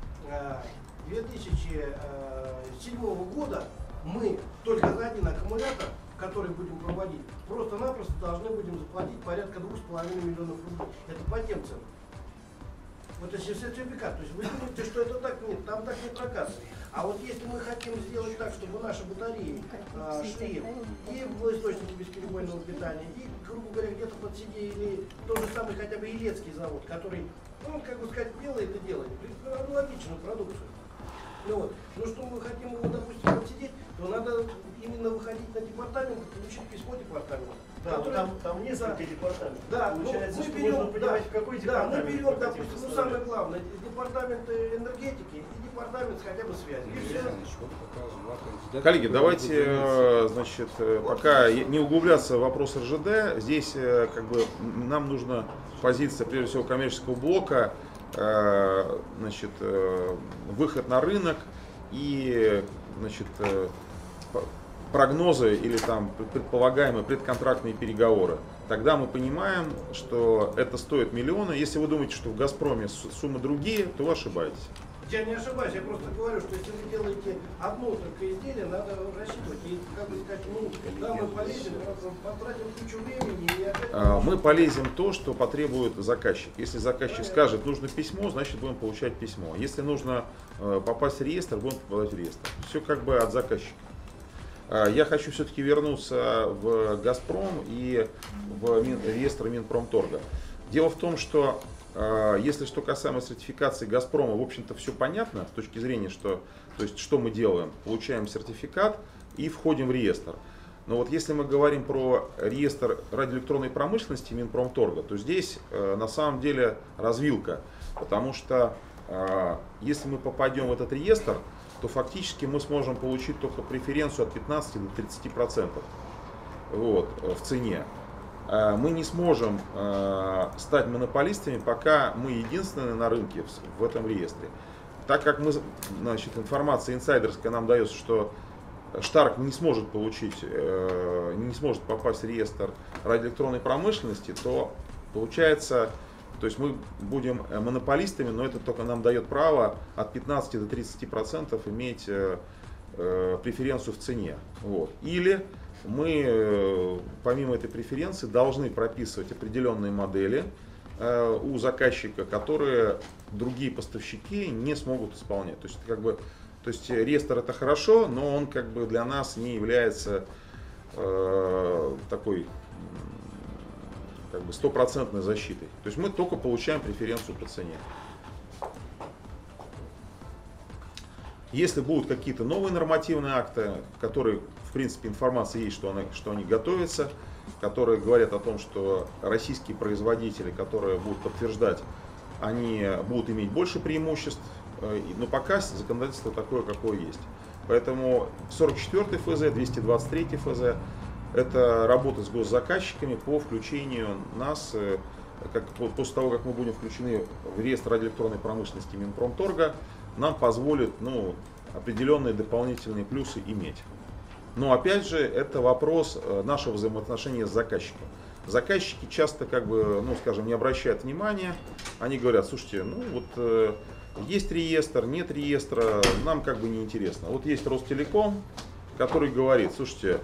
седьмого года мы только за один аккумулятор, который будем проводить, просто-напросто должны будем заплатить порядка двух с половиной миллионов рублей. Это по тем ценам. Вот это сертификат. То есть вы думаете, что это так? Нет, там так не прокатывает. А вот если мы хотим сделать так, чтобы наши батареи а, шли и в источнике бесперебойного питания, и, грубо говоря, где-то подсидели тот же самый хотя бы Елецкий завод, который, ну, как бы сказать, делает и делает, аналогичную продукцию. Ну, вот. Но что мы хотим его, допустим, подсидеть, то надо именно выходить на департамент и получить письмо департамента. Да, который- там, там несколько Да. департаментов. Да, Получается, ну, что мы берем, нужно понимать, да, в какой да, департамент мы мы берем, хотим допустим, ну, поставлять. самое главное, департамент энергетики и департамент хотя бы связи. И Юрий все. Александрович, вот как раз два кандидата, Коллеги, которые давайте, будут заниматься. э, значит, э, пока не углубляться в вопрос эр жэ дэ, здесь э, как бы нам нужна позиция, прежде всего, коммерческого блока, э, значит, э, выход на рынок и, значит, э, п- прогнозы или там предполагаемые предконтрактные переговоры. Тогда мы понимаем, что это стоит миллионы. Если вы думаете, что в «Газпроме» с- суммы другие, то вы ошибаетесь. Я не ошибаюсь, я просто говорю, что если вы делаете одно только изделие, надо рассчитывать. И, как бы сказать, ну, да, мы полезем, потратим кучу времени и опять... А, Мы полезем то, что потребует заказчик. Если заказчик скажет, нужно письмо, значит будем получать письмо. Если нужно э, попасть в реестр, будем попадать в реестр. Все как бы от заказчика. А, Я хочу все-таки вернуться в «Газпром» и в Мин- реестр Минпромторга. Дело в том, что э, если что касаемо сертификации «Газпрома», в общем-то все понятно с точки зрения, что, то есть, что мы делаем. Получаем сертификат и входим в реестр. Но вот если мы говорим про реестр радиоэлектронной промышленности Минпромторга, то здесь э, на самом деле развилка, потому что если мы попадем в этот реестр, то фактически мы сможем получить только преференцию от пятнадцати до тридцати процентов вот, в цене. Мы не сможем стать монополистами, пока мы единственные на рынке в этом реестре. Так как мы, значит, информация инсайдерская нам дается, что Штарк не сможет получить, не сможет попасть в реестр радиоэлектронной промышленности, то получается, то есть мы будем монополистами, но это только нам дает право от пятнадцати до тридцати процентов иметь преференцию в цене. Вот. Или мы, помимо этой преференции, должны прописывать определенные модели у заказчика, которые другие поставщики не смогут исполнять. То есть, как бы, то есть реестр это хорошо, но он как бы для нас не является э, такой как бы стопроцентной защитой. То есть мы только получаем преференцию по цене. Если будут какие-то новые нормативные акты, которые, в принципе, информация есть, что они, что они готовятся, которые говорят о том, что российские производители, которые будут подтверждать, они будут иметь больше преимуществ, но пока законодательство такое, какое есть. Поэтому сорок четвёртый эф зэ, двести двадцать третий эф зэ – это работа с госзаказчиками по включению нас, как, после того, как мы будем включены в реестр радиоэлектронной промышленности Минпромторга, нам позволит ну, определенные дополнительные плюсы иметь. Но опять же, это вопрос нашего взаимоотношения с заказчиком. Заказчики часто, как бы, ну, скажем, не обращают внимания. Они говорят: слушайте, ну вот э, есть реестр, нет реестра, нам как бы не интересно. Вот есть Ростелеком, который говорит: слушайте,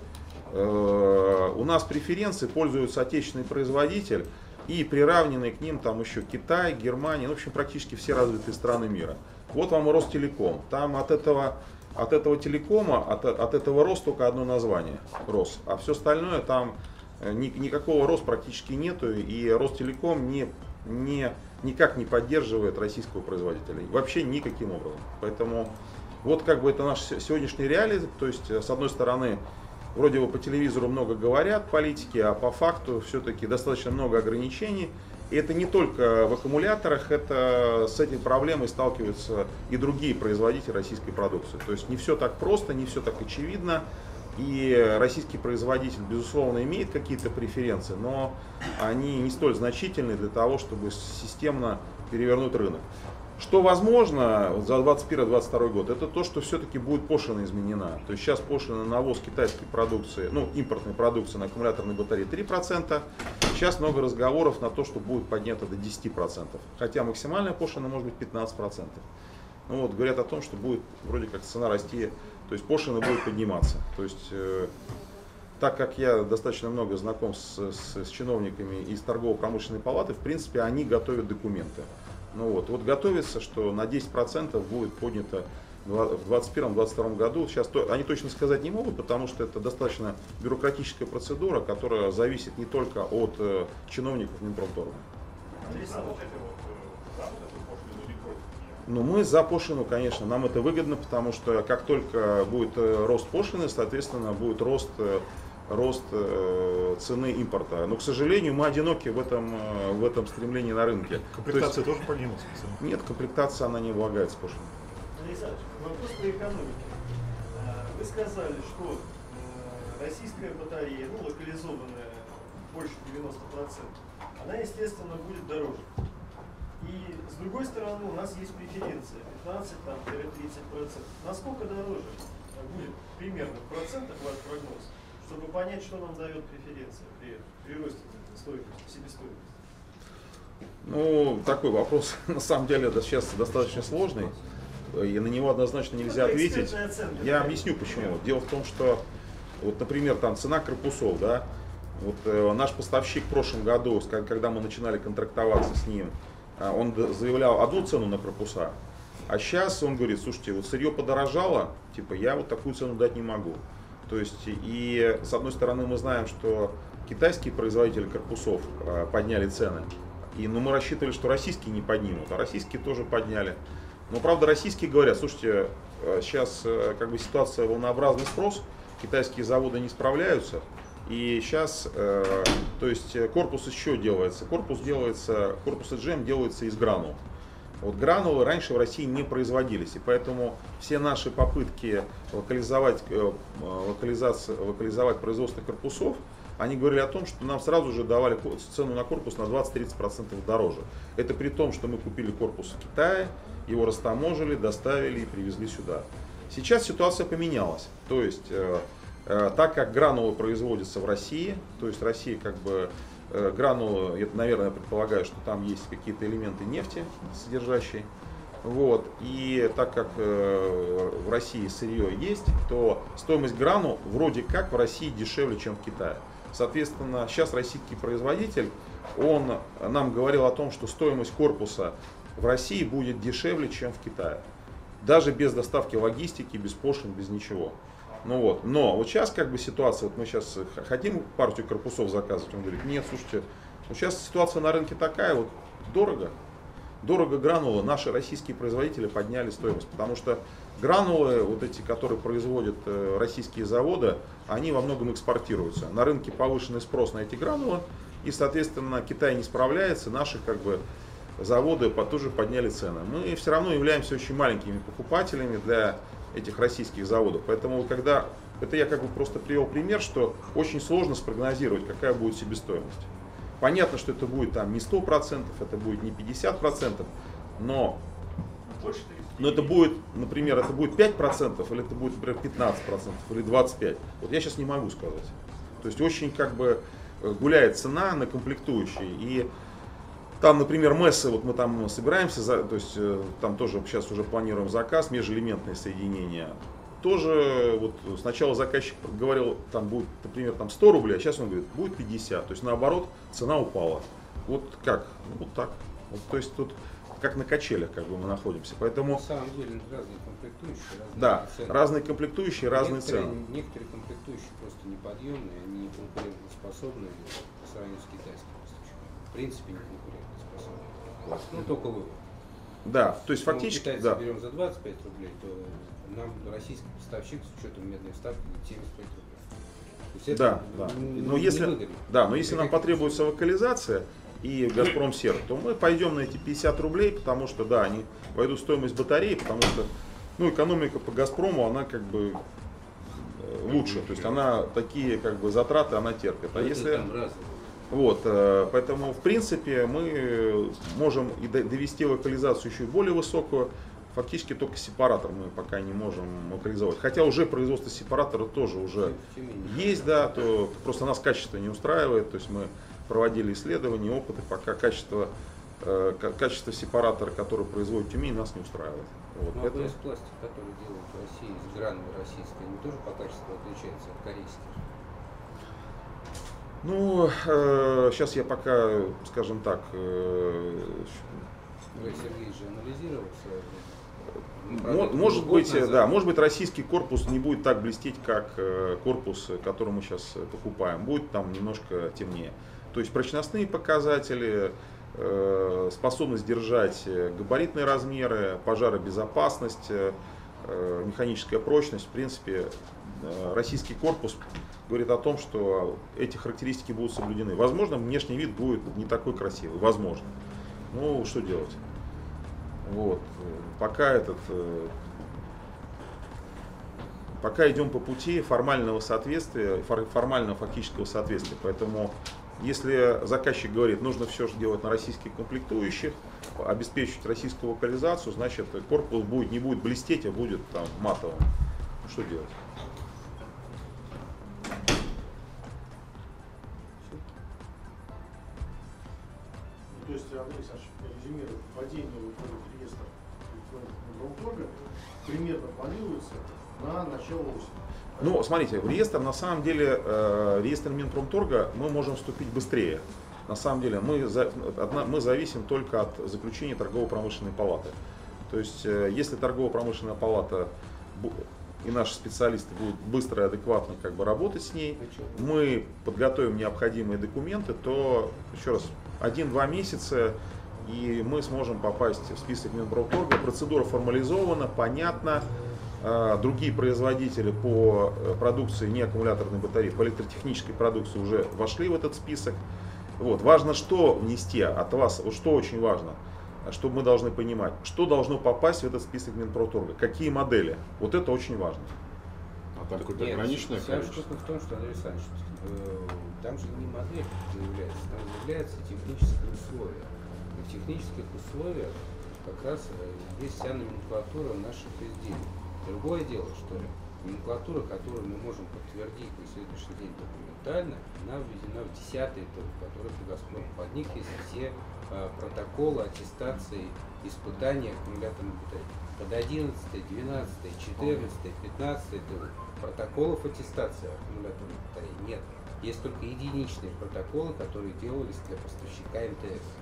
э, у нас преференции пользуются отечественный производитель и приравненные к ним там еще Китай, Германия, ну, в общем, практически все развитые страны мира. Вот вам Ростелеком. Там от этого От этого телекома, от, от этого РОС только одно название, РОС, а все остальное там ни, никакого РОС практически нету, и Ростелеком не, не, никак не поддерживает российского производителя, вообще никаким образом. Поэтому вот как бы это наши сегодняшние реалии, то есть с одной стороны вроде бы по телевизору много говорят политики, а по факту все-таки достаточно много ограничений. И это не только в аккумуляторах, это с этой проблемой сталкиваются и другие производители российской продукции. То есть не все так просто, не все так очевидно. И российский производитель, безусловно, имеет какие-то преференции, но они не столь значительны для того, чтобы системно перевернуть рынок. Что возможно за двадцать первый — двадцать второй год, это то, что все-таки будет пошлина изменена. То есть сейчас пошлина на ввоз китайской продукции, ну импортной продукции на аккумуляторной батарее три процента. Сейчас много разговоров на то, что будет поднято до десяти процентов. Хотя максимальная пошлина может быть пятнадцать процентов. Ну вот, говорят о том, что будет вроде как цена расти, то есть пошлина будет подниматься. То есть, э, так как я достаточно много знаком с, с, с чиновниками из торгово-промышленной палаты, в принципе, они готовят документы. Ну вот, вот готовится, что на десять процентов будет поднято в двадцать первом — двадцать втором году. Сейчас то, они точно сказать не могут, потому что это достаточно бюрократическая процедура, которая зависит не только от э, чиновников Минпромторга. Ну, мы за пошлину, конечно, нам это выгодно, потому что как только будет рост пошлины, соответственно, будет рост, рост цены импорта. Но, к сожалению, мы одиноки в этом, в этом стремлении на рынке. Комплектация То есть, тоже поднимется? Нет, комплектация она не облагается пошлиной. Александр, вопрос по экономике. Вы сказали, что российская батарея, ну, локализованная больше девяноста процентов, она, естественно, будет дороже. И с другой стороны, у нас есть преференция пятнадцать — тридцать процентов. Насколько дороже будет примерно в процентах ваш прогноз, чтобы понять, что нам дает преференция при, при росте стоимости, себестоимости? Ну, такой вопрос на самом деле сейчас достаточно сложный, и на него однозначно нельзя ответить. Я объясню почему. Дело в том, что, вот, например, там цена корпусов, да, вот э, наш поставщик в прошлом году, когда мы начинали контрактоваться с ним, он заявлял одну цену на корпуса, а сейчас он говорит: слушайте, вот сырье подорожало, типа я вот такую цену дать не могу. То есть, и с одной стороны мы знаем, что китайские производители корпусов подняли цены, и, ну, мы рассчитывали, что российские не поднимут, а российские тоже подняли. Но правда российские говорят: слушайте, сейчас как бы ситуация волнообразный спрос, китайские заводы не справляются. И сейчас, э, то есть корпус еще делается, корпус делается, корпус джем делается из гранул. Вот гранулы раньше в России не производились, и поэтому все наши попытки локализовать, локализацию, локализовать производство корпусов, они говорили о том, что нам сразу же давали цену на корпус на двадцать-тридцать процентов дороже. Это при том, что мы купили корпус в Китае, его растаможили, доставили и привезли сюда. Сейчас ситуация поменялась. То есть, э, э, так как гранулы производятся в России, то есть Россия как бы э, гранулы, это, наверное, я предполагаю, что там есть какие-то элементы нефти содержащие. Вот, и так как э, в России сырье есть, то стоимость гранул вроде как в России дешевле, чем в Китае. Соответственно, сейчас российский производитель, он нам говорил о том, что стоимость корпуса в России будет дешевле, чем в Китае. Даже без доставки логистики, без пошлин, без ничего. Ну вот. Но вот сейчас как бы ситуация, вот мы сейчас хотим партию корпусов заказывать, он говорит, нет, слушайте, вот сейчас ситуация на рынке такая, вот дорого. Дорого гранулы, наши российские производители подняли стоимость, потому что гранулы, вот эти, которые производят российские заводы, они во многом экспортируются. На рынке повышенный спрос на эти гранулы, и, соответственно, Китай не справляется, наши как бы заводы тоже подняли цены. Мы все равно являемся очень маленькими покупателями для этих российских заводов, поэтому когда, это я как бы просто привел пример, что очень сложно спрогнозировать, какая будет себестоимость. Понятно, что это будет там не сто процентов, это будет не пятьдесят процентов, но, но это будет, например, это будет пять процентов, или это будет, например, пятнадцать процентов, или двадцать пять процентов. Вот я сейчас не могу сказать. То есть очень как бы гуляет цена на комплектующие. И там, например, МЭСы, вот мы там собираемся, то есть там тоже сейчас уже планируем заказ, межэлементное соединение. Тоже вот сначала заказчик говорил, там будет, например, там сто рублей, а сейчас он говорит, будет пятьдесят. То есть наоборот, цена упала. Вот как? Ну, вот так. Вот, то есть тут как на качелях как бы мы находимся. Поэтому, на самом деле разные комплектующие, разные да, цены. разные комплектующие, разные некоторые, цены. Некоторые комплектующие просто неподъемные, они не конкурентоспособны по сравнению с китайскими поставщиками. В принципе, не конкурентоспособны. Ну, только выбор. Да, то есть Если фактически, мы китайцы да. берем за двадцать пять рублей, то нам российский поставщик с учетом медной ставки семьдесят пять рублей. То есть это Да, да. не- Но не если, выгодно. да, но если нам Никаких потребуется локализация и Газпромсерв, то мы пойдем на эти пятьдесят рублей, потому что, да, они войдут в стоимость батареи, потому что, ну, экономика по Газпрому, она как бы э, лучше, то есть она такие как бы затраты она терпит. А Это если там разные. вот, э, поэтому в принципе мы можем и до- довести локализацию еще и более высокую. Фактически только сепаратор мы пока не можем локализовать. Хотя уже производство сепаратора тоже уже В Тюмени. есть, да, то просто нас качество не устраивает. То есть мы проводили исследования, опыты, пока качество, э, ка- качество сепаратора, который производит Тюмень, нас не устраивает. Вот, Ну, а поэтому- пластик, который делают в России из гранулы российской, они тоже по качеству отличаются от корейских? Ну, сейчас я пока, скажем так, э, Вы, Сергей, же анализировал свою ну, Мо- правда, Может год быть, назад. да, может быть, российский корпус не будет так блестеть, как э, корпус, который мы сейчас покупаем. Будет там немножко темнее. То есть прочностные показатели, э, способность держать габаритные размеры, пожаробезопасность, э, механическая прочность. В принципе, э, российский корпус говорит о том, что эти характеристики будут соблюдены. Возможно, внешний вид будет не такой красивый. Возможно. Ну, что делать? Вот. Пока этот, э, пока идем по пути формального соответствия, фор- формального фактического соответствия. Поэтому, если заказчик говорит, нужно все же делать на российских комплектующих, обеспечить российскую локализацию, значит корпус будет, не будет блестеть, а будет там матовым. Ну, что делать? Ну, то есть, Андрей Александрович, резюмируя, вводение вот в этот реестр Минпромторга примерно планируется на начало осени. Ну, смотрите, в реестр, на самом деле, э, реестр Минпромторга мы можем вступить быстрее. На самом деле, мы, за, одна, мы зависим только от заключения торгово-промышленной палаты. То есть, э, если торгово-промышленная палата бу- и наши специалисты будут быстро и адекватно как бы работать с ней, мы подготовим необходимые документы, то, еще раз, один-два месяца, и мы сможем попасть в список Минпромторга. Процедура формализована, понятна. Другие производители по продукции не аккумуляторной батареи, по электротехнической продукции уже вошли в этот список. Вот. Важно что внести от вас, вот что очень важно. чтобы мы должны понимать, что должно попасть в этот список Минпромторга, какие модели. Вот это очень важно. А там какое-то Нет, ограниченное вся количество. штука в том, что, Андрей Александрович, э, там же не модель заявляется, там заявляются технические условия. И в технических условиях как раз э, есть вся номенклатура наших изделий. Другое дело, что номенклатура, которую мы можем подтвердить на сегодняшний день документально, она введена в десятый том, который по Газпрому. Под них есть все э, протоколы аттестации испытания аккумуляторных батарей. Под одиннадцатый, двенадцатый, четырнадцатый, пятнадцатый том протоколов аттестации аккумуляторных батарей нет. Есть только единичные протоколы, которые делались для поставщика эм тэ эс.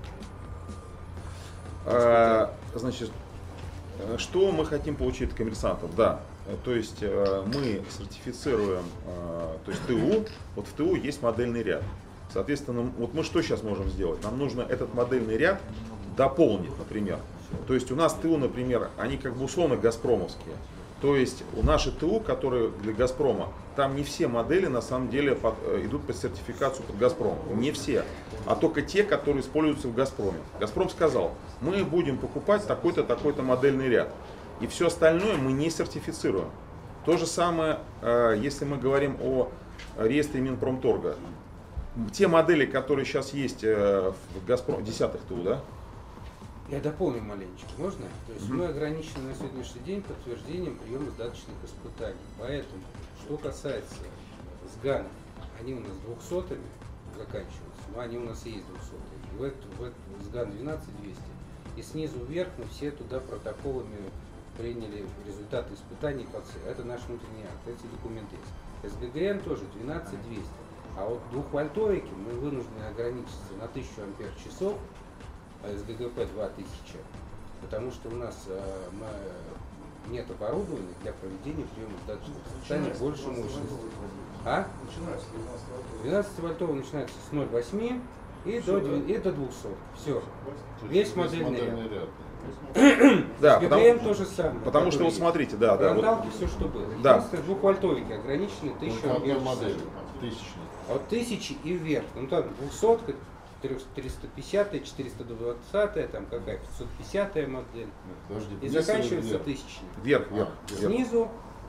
А, значит, что мы хотим получить от коммерсантов? Да, то есть э, мы сертифицируем, э, то есть ТУ, вот в ТУ есть модельный ряд. Соответственно, вот мы что сейчас можем сделать? Нам нужно этот модельный ряд дополнить, например. То есть у нас ТУ, например, они как бы условно газпромовские. То есть у наших ТУ, которые для Газпрома, там не все модели на самом деле под, идут под сертификацию под Газпром. Не все, а только те, которые используются в Газпроме. Газпром сказал, мы будем покупать такой-то, такой-то модельный ряд. И все остальное мы не сертифицируем. То же самое, если мы говорим о реестре Минпромторга. Те модели, которые сейчас есть в Газпром, десятых ТУ, да? Я дополню маленечко, можно? То есть Мгм. мы ограничены на сегодняшний день подтверждением приема сдаточных испытаний. Поэтому, что касается сганов, они у нас двухсотыми заканчиваются, но они у нас и есть двухсотые. В эту, в эту сган двенадцать двести. И снизу вверх мы все туда протоколами приняли результаты испытаний по С. Это наш внутренний акт, эти документы есть. СГГН тоже двенадцать двести. А вот двухвольтовики мы вынуждены ограничиться на тысячу ампер-часов, а СГГП два тысячи, потому что у нас э, мы, нет оборудования для проведения приема сдаточных испытаний больше мощности. А? двенадцативольтовый начинается с ноль целых восемь и до, и до двухсот. Все. То есть Весь весь модельный модельный ряд. ряд. Да, ГГМ потому, то же самое. потому что вот смотрите, да, да. Вот, Фронталки все, что было. Да. Единственное, двухвольтовики ограничены тысячу Только одной ампер модели, часов. тысячной. А от тысячи и вверх. Ну там двухсотка, триста пятьдесят, четыреста двадцать, там какая пятьсот пятьдесят модель. Подожди, И вниз или заканчивается вверх? тысячной. вверх, вверх, А, вверх. Снизу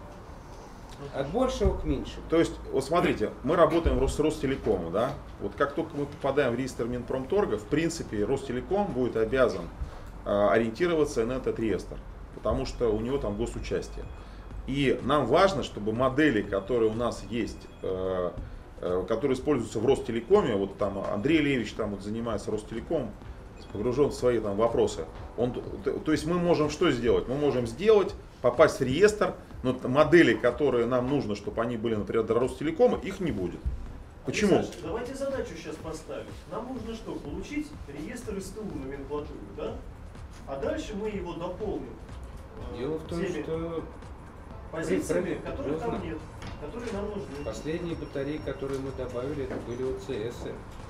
от большего к меньшему. То есть, вот смотрите, мы работаем в Рос- Ростелекому, да? Вот как только мы попадаем в реестр Минпромторга, в принципе, Ростелеком будет обязан э, ориентироваться на этот реестр, потому что у него там госучастие. И нам важно, чтобы модели, которые у нас есть, э, э, которые используются в Ростелекоме, вот там Андрей Левич там вот занимается Ростелеком, погружен в свои там вопросы. Он, то, то есть мы можем что сделать? Мы можем сделать, попасть в реестр, но модели, которые нам нужно, чтобы они были, например, для Ростелекома, их не будет. Почему? Александр, давайте задачу сейчас поставим. Нам нужно что? Получить реестр СТУ номенклатуры, да? А дальше мы его дополним э, Дело в том, теми что позициями, Проверь, которых там можно? нет, которые нам нужны. последние батареи, которые мы добавили, это были о цэ эс.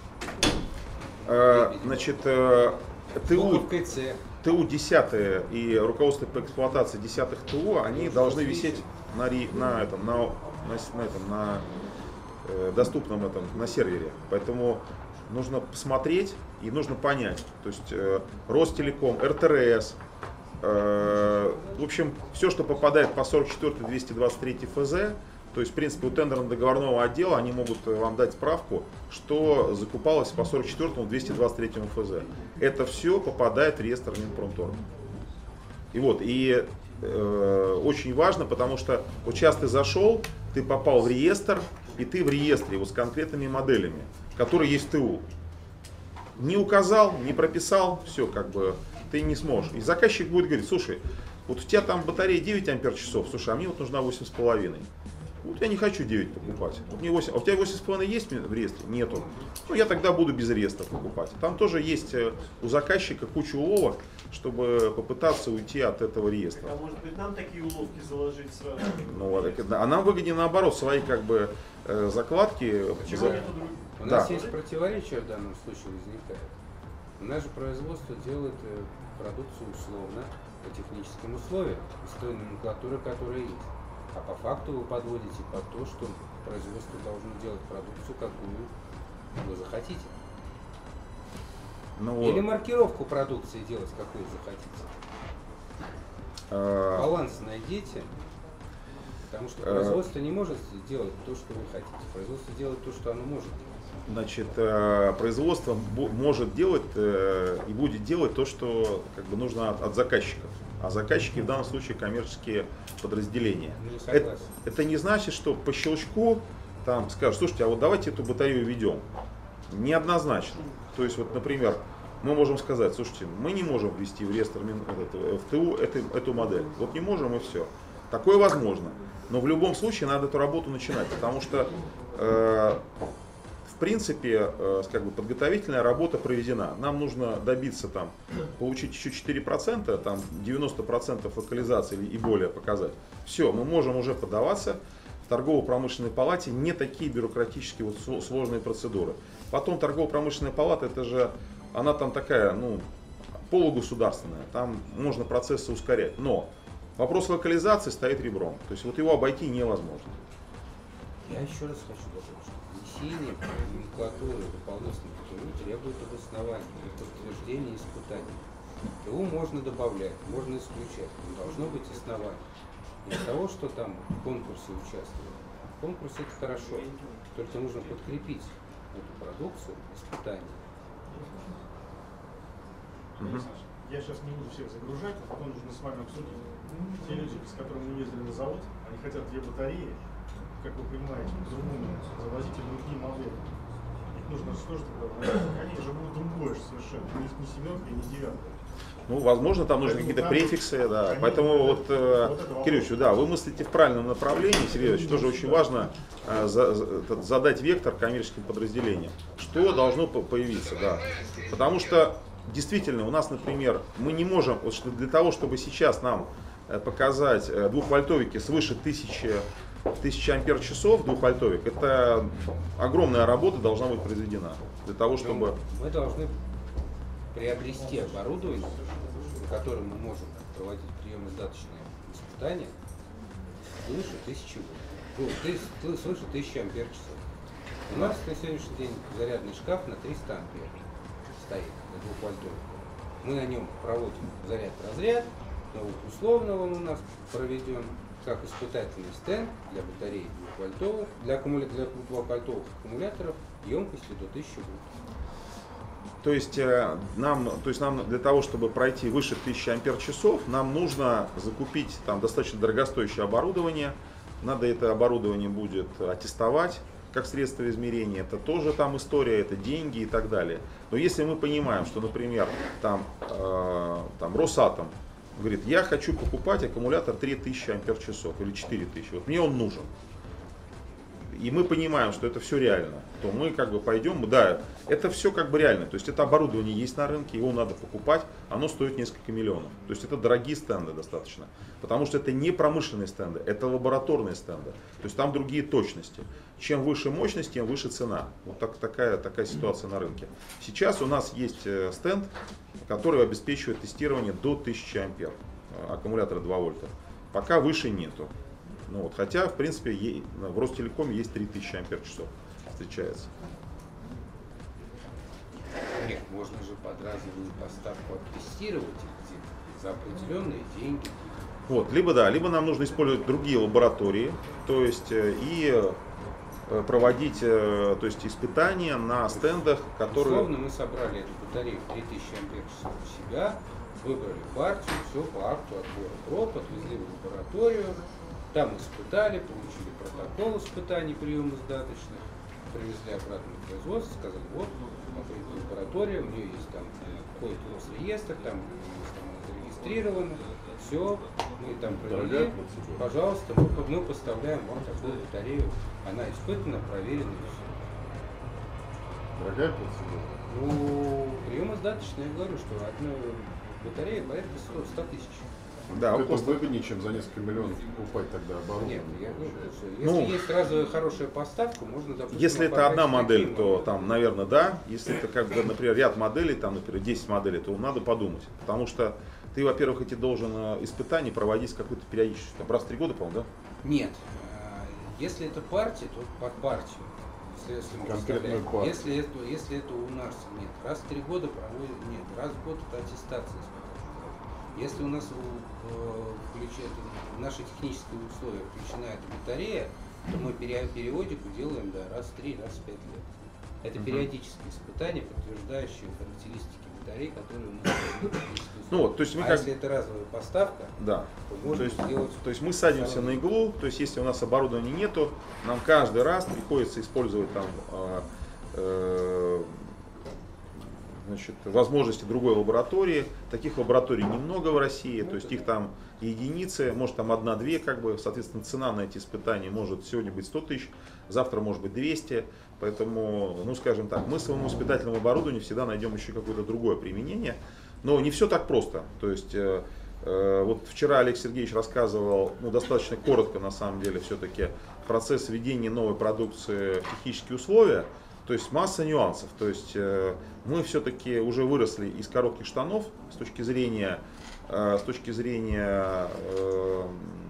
Э, значит, э, ТУ, в ка цэ. ТУ десять и руководство по эксплуатации десятых ТУ, они должны висеть на, ри- на этом, на, на, с- на этом, на э, доступном этом, на сервере. Поэтому нужно посмотреть и нужно понять. То есть э, Ростелеком, эр тэ эр эс, э, в общем, все, что попадает по сорок четвёртый двести двадцать третий эф зэ, то есть, в принципе, у тендерно-договорного отдела они могут вам дать справку, что закупалось по сорок четвёртому двести двадцать третьему эф зэ. Это все попадает в реестр Минпромторга. И вот, и э, очень важно, потому что вот сейчас ты зашел, ты попал в реестр, и ты в реестре вот с конкретными моделями, которые есть в ТУ. Не указал, не прописал, все, как бы ты не сможешь. И заказчик будет говорить, слушай, вот у тебя там батарея девять ампер часов, слушай, а мне вот нужна восемь с половиной. Вот я не хочу девять покупать. Вот мне восемь. А у тебя восемь с половиной есть в реестре? Нету. Ну я тогда буду без реестра покупать. Там тоже есть у заказчика куча уловок, чтобы попытаться уйти от этого реестра. А может быть нам такие уловки заложить сразу? Ну, а нам выгоднее наоборот свои как бы э, закладки. Почему за- нету других? У Да. нас есть противоречие в данном случае возникает. У нас же производство делает э, продукцию условно по техническим условиям, с той номенклатуры, которая есть. А по факту вы подводите под то, что производство должно делать продукцию, какую вы захотите. Ну, Или маркировку продукции делать, какую захотите. э, Баланс найдите. Потому что производство не может делать то, что вы хотите. Производство делает то, что оно может делать. Значит, э, производство бу- может делать э, и будет делать то, что как бы нужно от, от заказчиков. А заказчики в данном случае коммерческие подразделения. Не Это, согласен. это не значит, что по щелчку там скажут, слушайте, а вот давайте эту батарею введем. Неоднозначно. То есть, вот, например, мы можем сказать, слушайте, мы не можем ввести в реестр Мин- этот, эф тэ у эту, эту модель. Вот не можем и все. Такое возможно. Но в любом случае надо эту работу начинать, потому что э, в принципе э, как бы подготовительная работа проведена. Нам нужно добиться там, получить еще четыре процента, там девяносто процентов локализации и более показать. Все, мы можем уже подаваться в торгово-промышленной палате, не такие бюрократические вот сложные процедуры. Потом торгово-промышленная палата, это же, она там такая, ну, полугосударственная, там можно процессы ускорять. Но вопрос локализации стоит ребром. То есть вот его обойти невозможно. Я еще раз хочу добавить, что внесение номенклатуры дополнительных документов требует обоснования, подтверждения испытаний. ТУ можно добавлять, можно исключать, но должно быть основание. Не для того, что там в конкурсе участвуют. Конкурс это хорошо, только нужно подкрепить эту продукцию испытанием. Я сейчас не буду всех загружать, а потом нужно с вами обсудить. Те люди, с которыми мы ездили на завод, они хотят две батареи, как вы понимаете, по-другому завозить и другие модели. Их нужно же тоже тогда вводить. Они же будут другое же совершенно, не, не семерка и не девятка. Ну, возможно, там нужны какие-то префиксы, да. Поэтому вот, э, Кириллович, да, вы мыслите в правильном направлении, Сергей Ильич, тоже очень важно э, за, за, задать вектор коммерческим подразделениям. Что должно по- появиться, да. Потому что действительно у нас, например, мы не можем, вот что для того, чтобы сейчас нам э, показать э, двухвольтовики свыше тысячи, тысячи ампер-часов двухвольтовик, это огромная работа должна быть произведена. Для того, чтобы... Мы должны приобрести оборудование, на котором мы можем проводить приемо-сдаточные испытания свыше тысячи вольт. Ну, тыс- свыше тысячи ампер часов. У нас на сегодняшний день зарядный шкаф на триста ампер стоит, на двухвольтовик. Мы на нем проводим заряд-разряд, но вот условно он у нас проведен как испытательный стенд для батарей двухвольтовых, для, аккумуля... для двухвольтовых аккумуляторов емкостью до тысячи вольт. То есть, э, нам, то есть нам для того, чтобы пройти выше тысячи ампер-часов, нам нужно закупить там достаточно дорогостоящее оборудование. Надо это оборудование будет аттестовать как средство измерения. Это тоже там история, это деньги и так далее. Но если мы понимаем, что, например, там, э, там Росатом говорит, я хочу покупать аккумулятор три тысячи ампер-часов или четыре тысячи, вот мне он нужен. И мы понимаем, что это все реально, то мы как бы пойдем, да, это все как бы реально. То есть это оборудование есть на рынке, его надо покупать, оно стоит несколько миллионов. То есть это дорогие стенды достаточно, потому что это не промышленные стенды, это лабораторные стенды. То есть там другие точности. Чем выше мощность, тем выше цена. Вот так, такая, такая ситуация на рынке. Сейчас у нас есть стенд, который обеспечивает тестирование до тысячи ампер, аккумулятора два вольта. Пока выше нету. Ну, вот, хотя, в принципе, в Ростелекоме есть три тысячи ампер-часов, встречается. Нет, можно же под разовую поставку оттестировать их за определенные деньги. Вот, либо да, либо нам нужно использовать другие лаборатории, то есть и проводить, то есть испытания на стендах, которые... Условно мы собрали эту батарею три тысячи ампер-часов у себя, выбрали партию, все по акту отбора проб, отвезли в лабораторию. Там испытали, получили протокол испытаний приемо-сдаточных, привезли обратно в производство, сказали, вот, смотрите, лаборатория, у нее есть там какой-то Росреестр, там, там зарегистрировано, все, мы там провели, пожалуйста, мы, мы поставляем вам такую батарею, она испытана, проверена и все. Дорогая процедура? Ну, приемо-сдаточная, я говорю, что одна батарея порядка ста тысяч. Да, Это просто... выгоднее, чем за несколько миллионов покупать тогда оборудование. Нет, я говорю, что если Ну, есть разовая хорошая поставка, можно, допустим, Если это одна потратить модель, такие то модели. там, наверное, да. Если это, как бы, например, ряд моделей, там, например, десять моделей, то надо подумать. Потому что ты, во-первых, эти должен испытания проводить с какой-то периодичностью. Там, раз в три года, по-моему, да? Нет. А, Если это партия, то под партию. Если, если мы Конкретную представляем. партию. Если это, если это у нас нет, раз в три года проводят, нет, раз в год это аттестация. Если у нас э, включает, в наши технические условия включена эта батарея, то мы пере- периодику делаем да, раз в три, раз в пять лет. Это Мгм. периодические испытания, подтверждающие характеристики батарей, которые у нас в технических условиях. Ну вот, то есть мы а как- если это разовая поставка, Да. то То можно есть, сделать. то есть мы садимся на иглу, то есть если у нас оборудования нету, нам каждый раз приходится использовать там а, э, значит, возможности другой лаборатории. Таких лабораторий немного в России, то есть их там единицы, может там одна-две, как бы, соответственно, цена на эти испытания может сегодня быть сто тысяч, завтра может быть двести. Поэтому, ну скажем так, мы своему испытательному оборудованию всегда найдем еще какое-то другое применение. Но не все так просто. То есть э, э, вот вчера Олег Сергеевич рассказывал, ну достаточно коротко на самом деле все-таки процесс введения новой продукции в технические условия. То есть масса нюансов. То есть э, мы все-таки уже выросли из коротких штанов с точки зрения, э, с точки зрения э,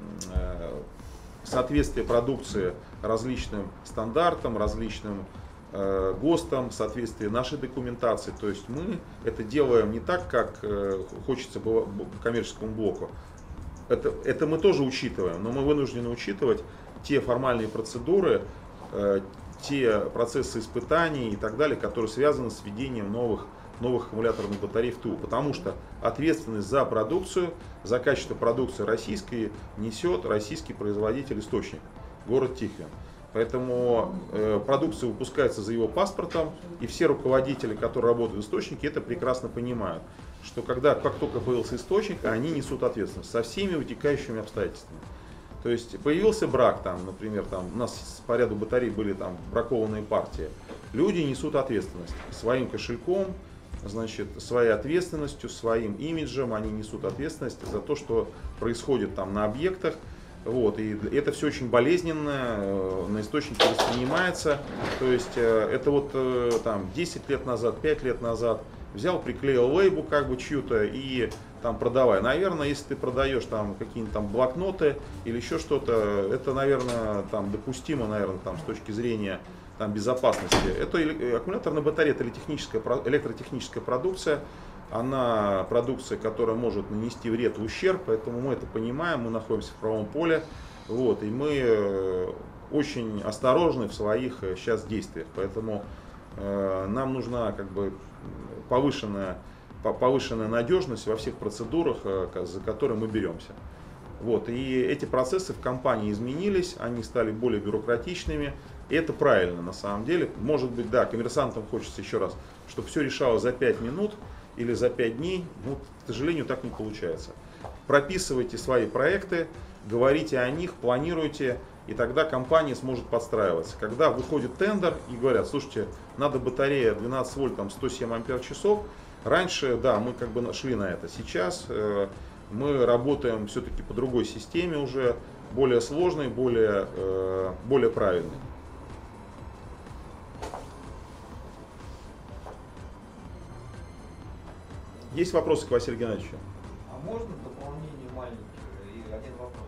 э, соответствия продукции различным стандартам, различным э, ГОСТам, соответствии нашей документации. То есть мы это делаем не так, как э, хочется было коммерческому блоку. Это, это мы тоже учитываем, но мы вынуждены учитывать те формальные процедуры, э, те процессы испытаний и так далее, которые связаны с введением новых, новых аккумуляторных батарей в ТУ. Потому что ответственность за продукцию, за качество продукции российской несет российский производитель-источник, город Тихвин. Поэтому э, продукция выпускается за его паспортом, и все руководители, которые работают в источнике, это прекрасно понимают, что когда, как только появился источник, они несут ответственность со всеми вытекающими обстоятельствами. То есть появился брак, там, например, там, у нас по ряду батарей были там бракованные партии. Люди несут ответственность своим кошельком, значит, своей ответственностью, своим имиджем, они несут ответственность за то, что происходит там на объектах. Вот, и это все очень болезненно, э, на источнике воспринимается. То есть э, это вот э, там десять лет назад, пять лет назад взял, приклеил лейбу как бы чью-то и там продавай. Наверное, если ты продаешь там какие-нибудь там блокноты или еще что-то, это, наверное, там допустимо, наверное, там с точки зрения там безопасности. Это аккумуляторная батарея, это электротехническая, электротехническая продукция. Она продукция, которая может нанести вред в ущерб, поэтому мы это понимаем, мы находимся в правом поле, вот, и мы очень осторожны в своих сейчас действиях, поэтому э, нам нужна как бы повышенная, повышенная надежность во всех процедурах, э, за которые мы беремся. Вот, и эти процессы в компании изменились, они стали более бюрократичными, и это правильно на самом деле. Может быть, да, коммерсантам хочется еще раз, чтобы все решалось за пять минут, или за пять дней, ну, к сожалению, так не получается. Прописывайте свои проекты, говорите о них, планируйте, и тогда компания сможет подстраиваться. Когда выходит тендер и говорят, слушайте, надо батарея двенадцать вольт, там, сто семь ампер часов, раньше, да, мы как бы шли на это. Сейчас э, мы работаем все-таки по другой системе уже, более сложной, более, э, более правильной. Есть вопросы к Василию Геннадьевичу? А можно дополнение маленькое и один вопрос?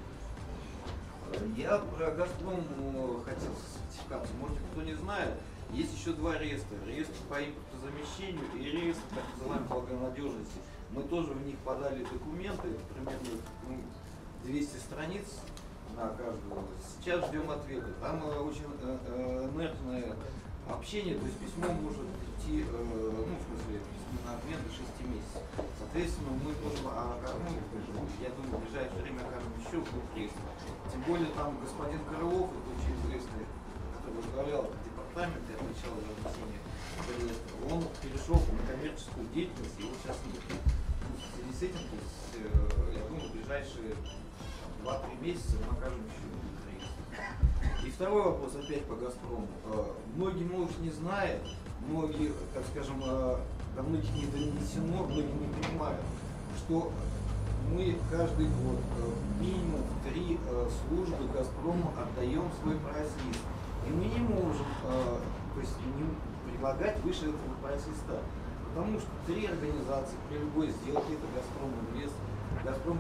Я про «Газпром» хотел сертификацию. Может, кто не знает, есть еще два реестра. Реестр по импортозамещению и реестр так называемой благонадежности. Мы тоже в них подали документы, примерно ну, двести страниц на каждого. Сейчас ждем ответа. Там очень инертное общение, то есть письмо может идти, ну, в смысле, на ответ до шести месяцев. Соответственно, мы можем, а, ну, я думаю, в ближайшее время окажем еще крупнее. Тем более там господин Крылов, это очень известный, который возглавлял департамент и отвечал за внесение реестра, он перешел на коммерческую деятельность, и вот сейчас нет. В связи с этим, то есть, я думаю, в ближайшие два-три месяца мы окажем еще реестр. И второй вопрос опять по «Газпрому». Многие, может, не знают, многие, так скажем, до многих не донесено, многие не понимают, что мы каждый год минимум три службы «Газпрома» отдаем свой прайс-лист. И мы не можем то есть, не предлагать выше этого прайс-листа. Потому что три организации при любой сделке, это «Газпром Инвест», «Газпром Комплект»,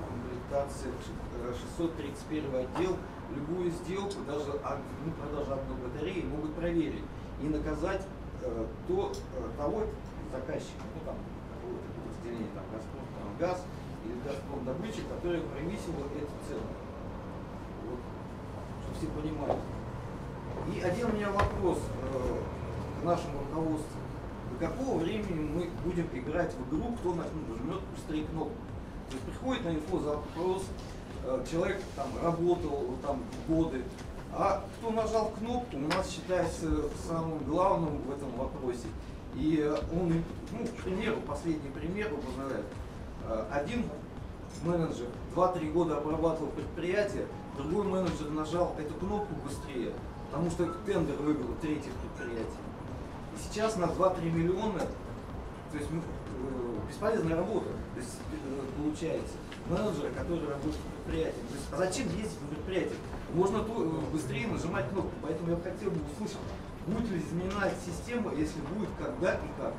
регистрации, шестьсот тридцать первый отдел, любую сделку, даже ну, продажу одной батареи могут проверить и наказать э, то, э, того заказчика, ну там, какого-то подразделения, там, Газпром, там, газ или Газпром добыча, который превысил эту цену. Вот, чтобы все понимали. И один у меня вопрос э, к нашему руководству. До какого времени мы будем играть в игру, кто нажмет быстрее кнопку? То есть приходит на инфозапрос, э, человек там работал там годы, а кто нажал кнопку, у нас считается самым главным в этом вопросе. И он, ну, к примеру, последний пример упознает. Один менеджер два-три года обрабатывал предприятие, другой менеджер нажал эту кнопку быстрее, потому что тендер выиграл третье предприятие. И сейчас на два-три миллиона, то есть э, бесполезная работа, то есть, э, получается, менеджеры, которые работают в предприятии. То есть, а зачем ездить на предприятие? Можно то, э, быстрее нажимать кнопку. Поэтому я хотел бы услышать, будет ли изменена система, если будет, когда и как.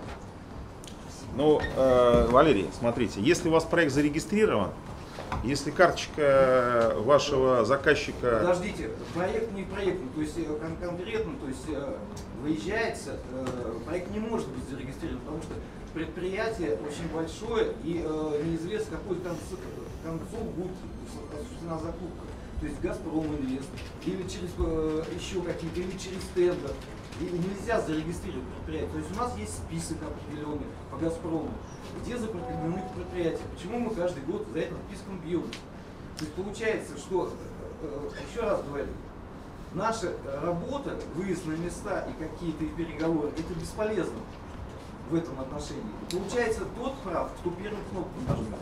Ну, э, Валерий, смотрите, если у вас проект зарегистрирован, если карточка вашего заказчика... Подождите, проект не проект, то есть кон конкретно, то есть э, выезжается, э, проект не может быть зарегистрирован, потому что предприятие очень большое и э, неизвестно, какой концов, концов будет осуществлена закупка. То есть Газпром Инвест, или через э, еще какие-то, или через тендер. И нельзя зарегистрировать предприятие. То есть у нас есть список определенный по Газпрому, где запрещены предприятия. Почему мы каждый год за этим списком бьемся? То есть получается, что, еще раз говорю, наша работа, выезд на места и какие-то переговоры, это бесполезно в этом отношении. Получается, тот прав, кто первым кнопку нажмет.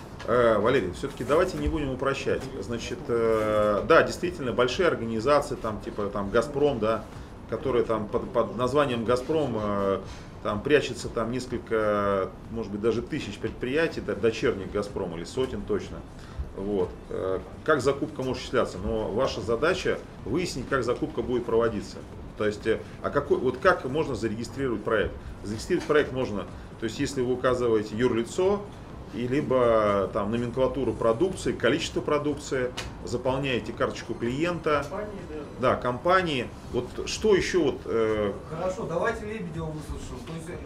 Э, Валерий, все-таки давайте не будем упрощать. Значит, э, да, действительно, большие организации, там, типа там Газпром, да, которые там под, под названием Газпром э, там прячется там несколько, может быть, даже тысяч предприятий, да, дочерних Газпрома, или сотен точно. Вот. Э, как закупка может осуществляться? Но ваша задача выяснить, как закупка будет проводиться. То есть, э, а какой, вот как можно зарегистрировать проект? Зарегистрировать проект можно, то есть, если вы указываете юрлицо, и либо там номенклатуру продукции, количество продукции, заполняете карточку клиента, Компании, да, компании. Вот что еще вот? Э... Хорошо, давайте Лебедева выслушаем. То есть,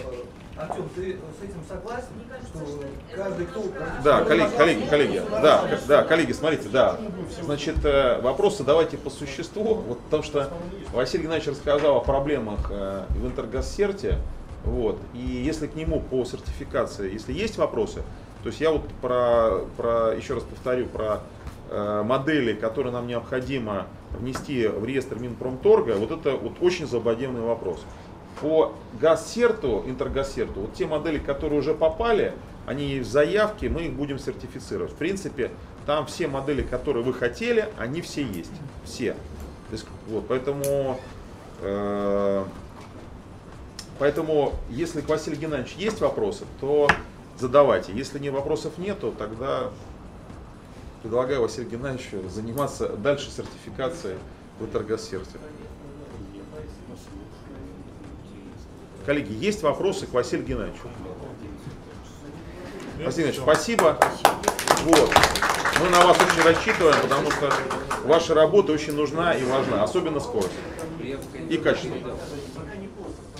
э, Артем, ты с этим согласен? Что каждый кто? Да, коллеги, коллеги, коллеги, да, да, коллеги, смотрите, да. Значит, э, вопросы давайте по существу, вот, потому что Василий Геннадьевич рассказал о проблемах э, в Интергазсерте. Вот. И если к нему по сертификации, если есть вопросы, то есть я вот про, про еще раз повторю, про э, модели, которые нам необходимо внести в реестр Минпромторга, вот это вот очень злободневный вопрос. По Газсерту, Интергазсерту, вот те модели, которые уже попали, они есть в заявке, мы их будем сертифицировать. В принципе, там все модели, которые вы хотели, они все есть. Все. То есть, вот, поэтому... Э, Поэтому, если к Василию Геннадьевичу есть вопросы, то задавайте. Если не вопросов нету, тогда предлагаю Василию Геннадьевичу заниматься дальше сертификацией в Интергазсерте. Коллеги, есть вопросы к Василию Геннадьевичу? Василий Геннадьевич, спасибо. Вот. Мы на вас очень рассчитываем, потому что ваша работа очень нужна и важна, особенно скорость и качество. Пока не поздно.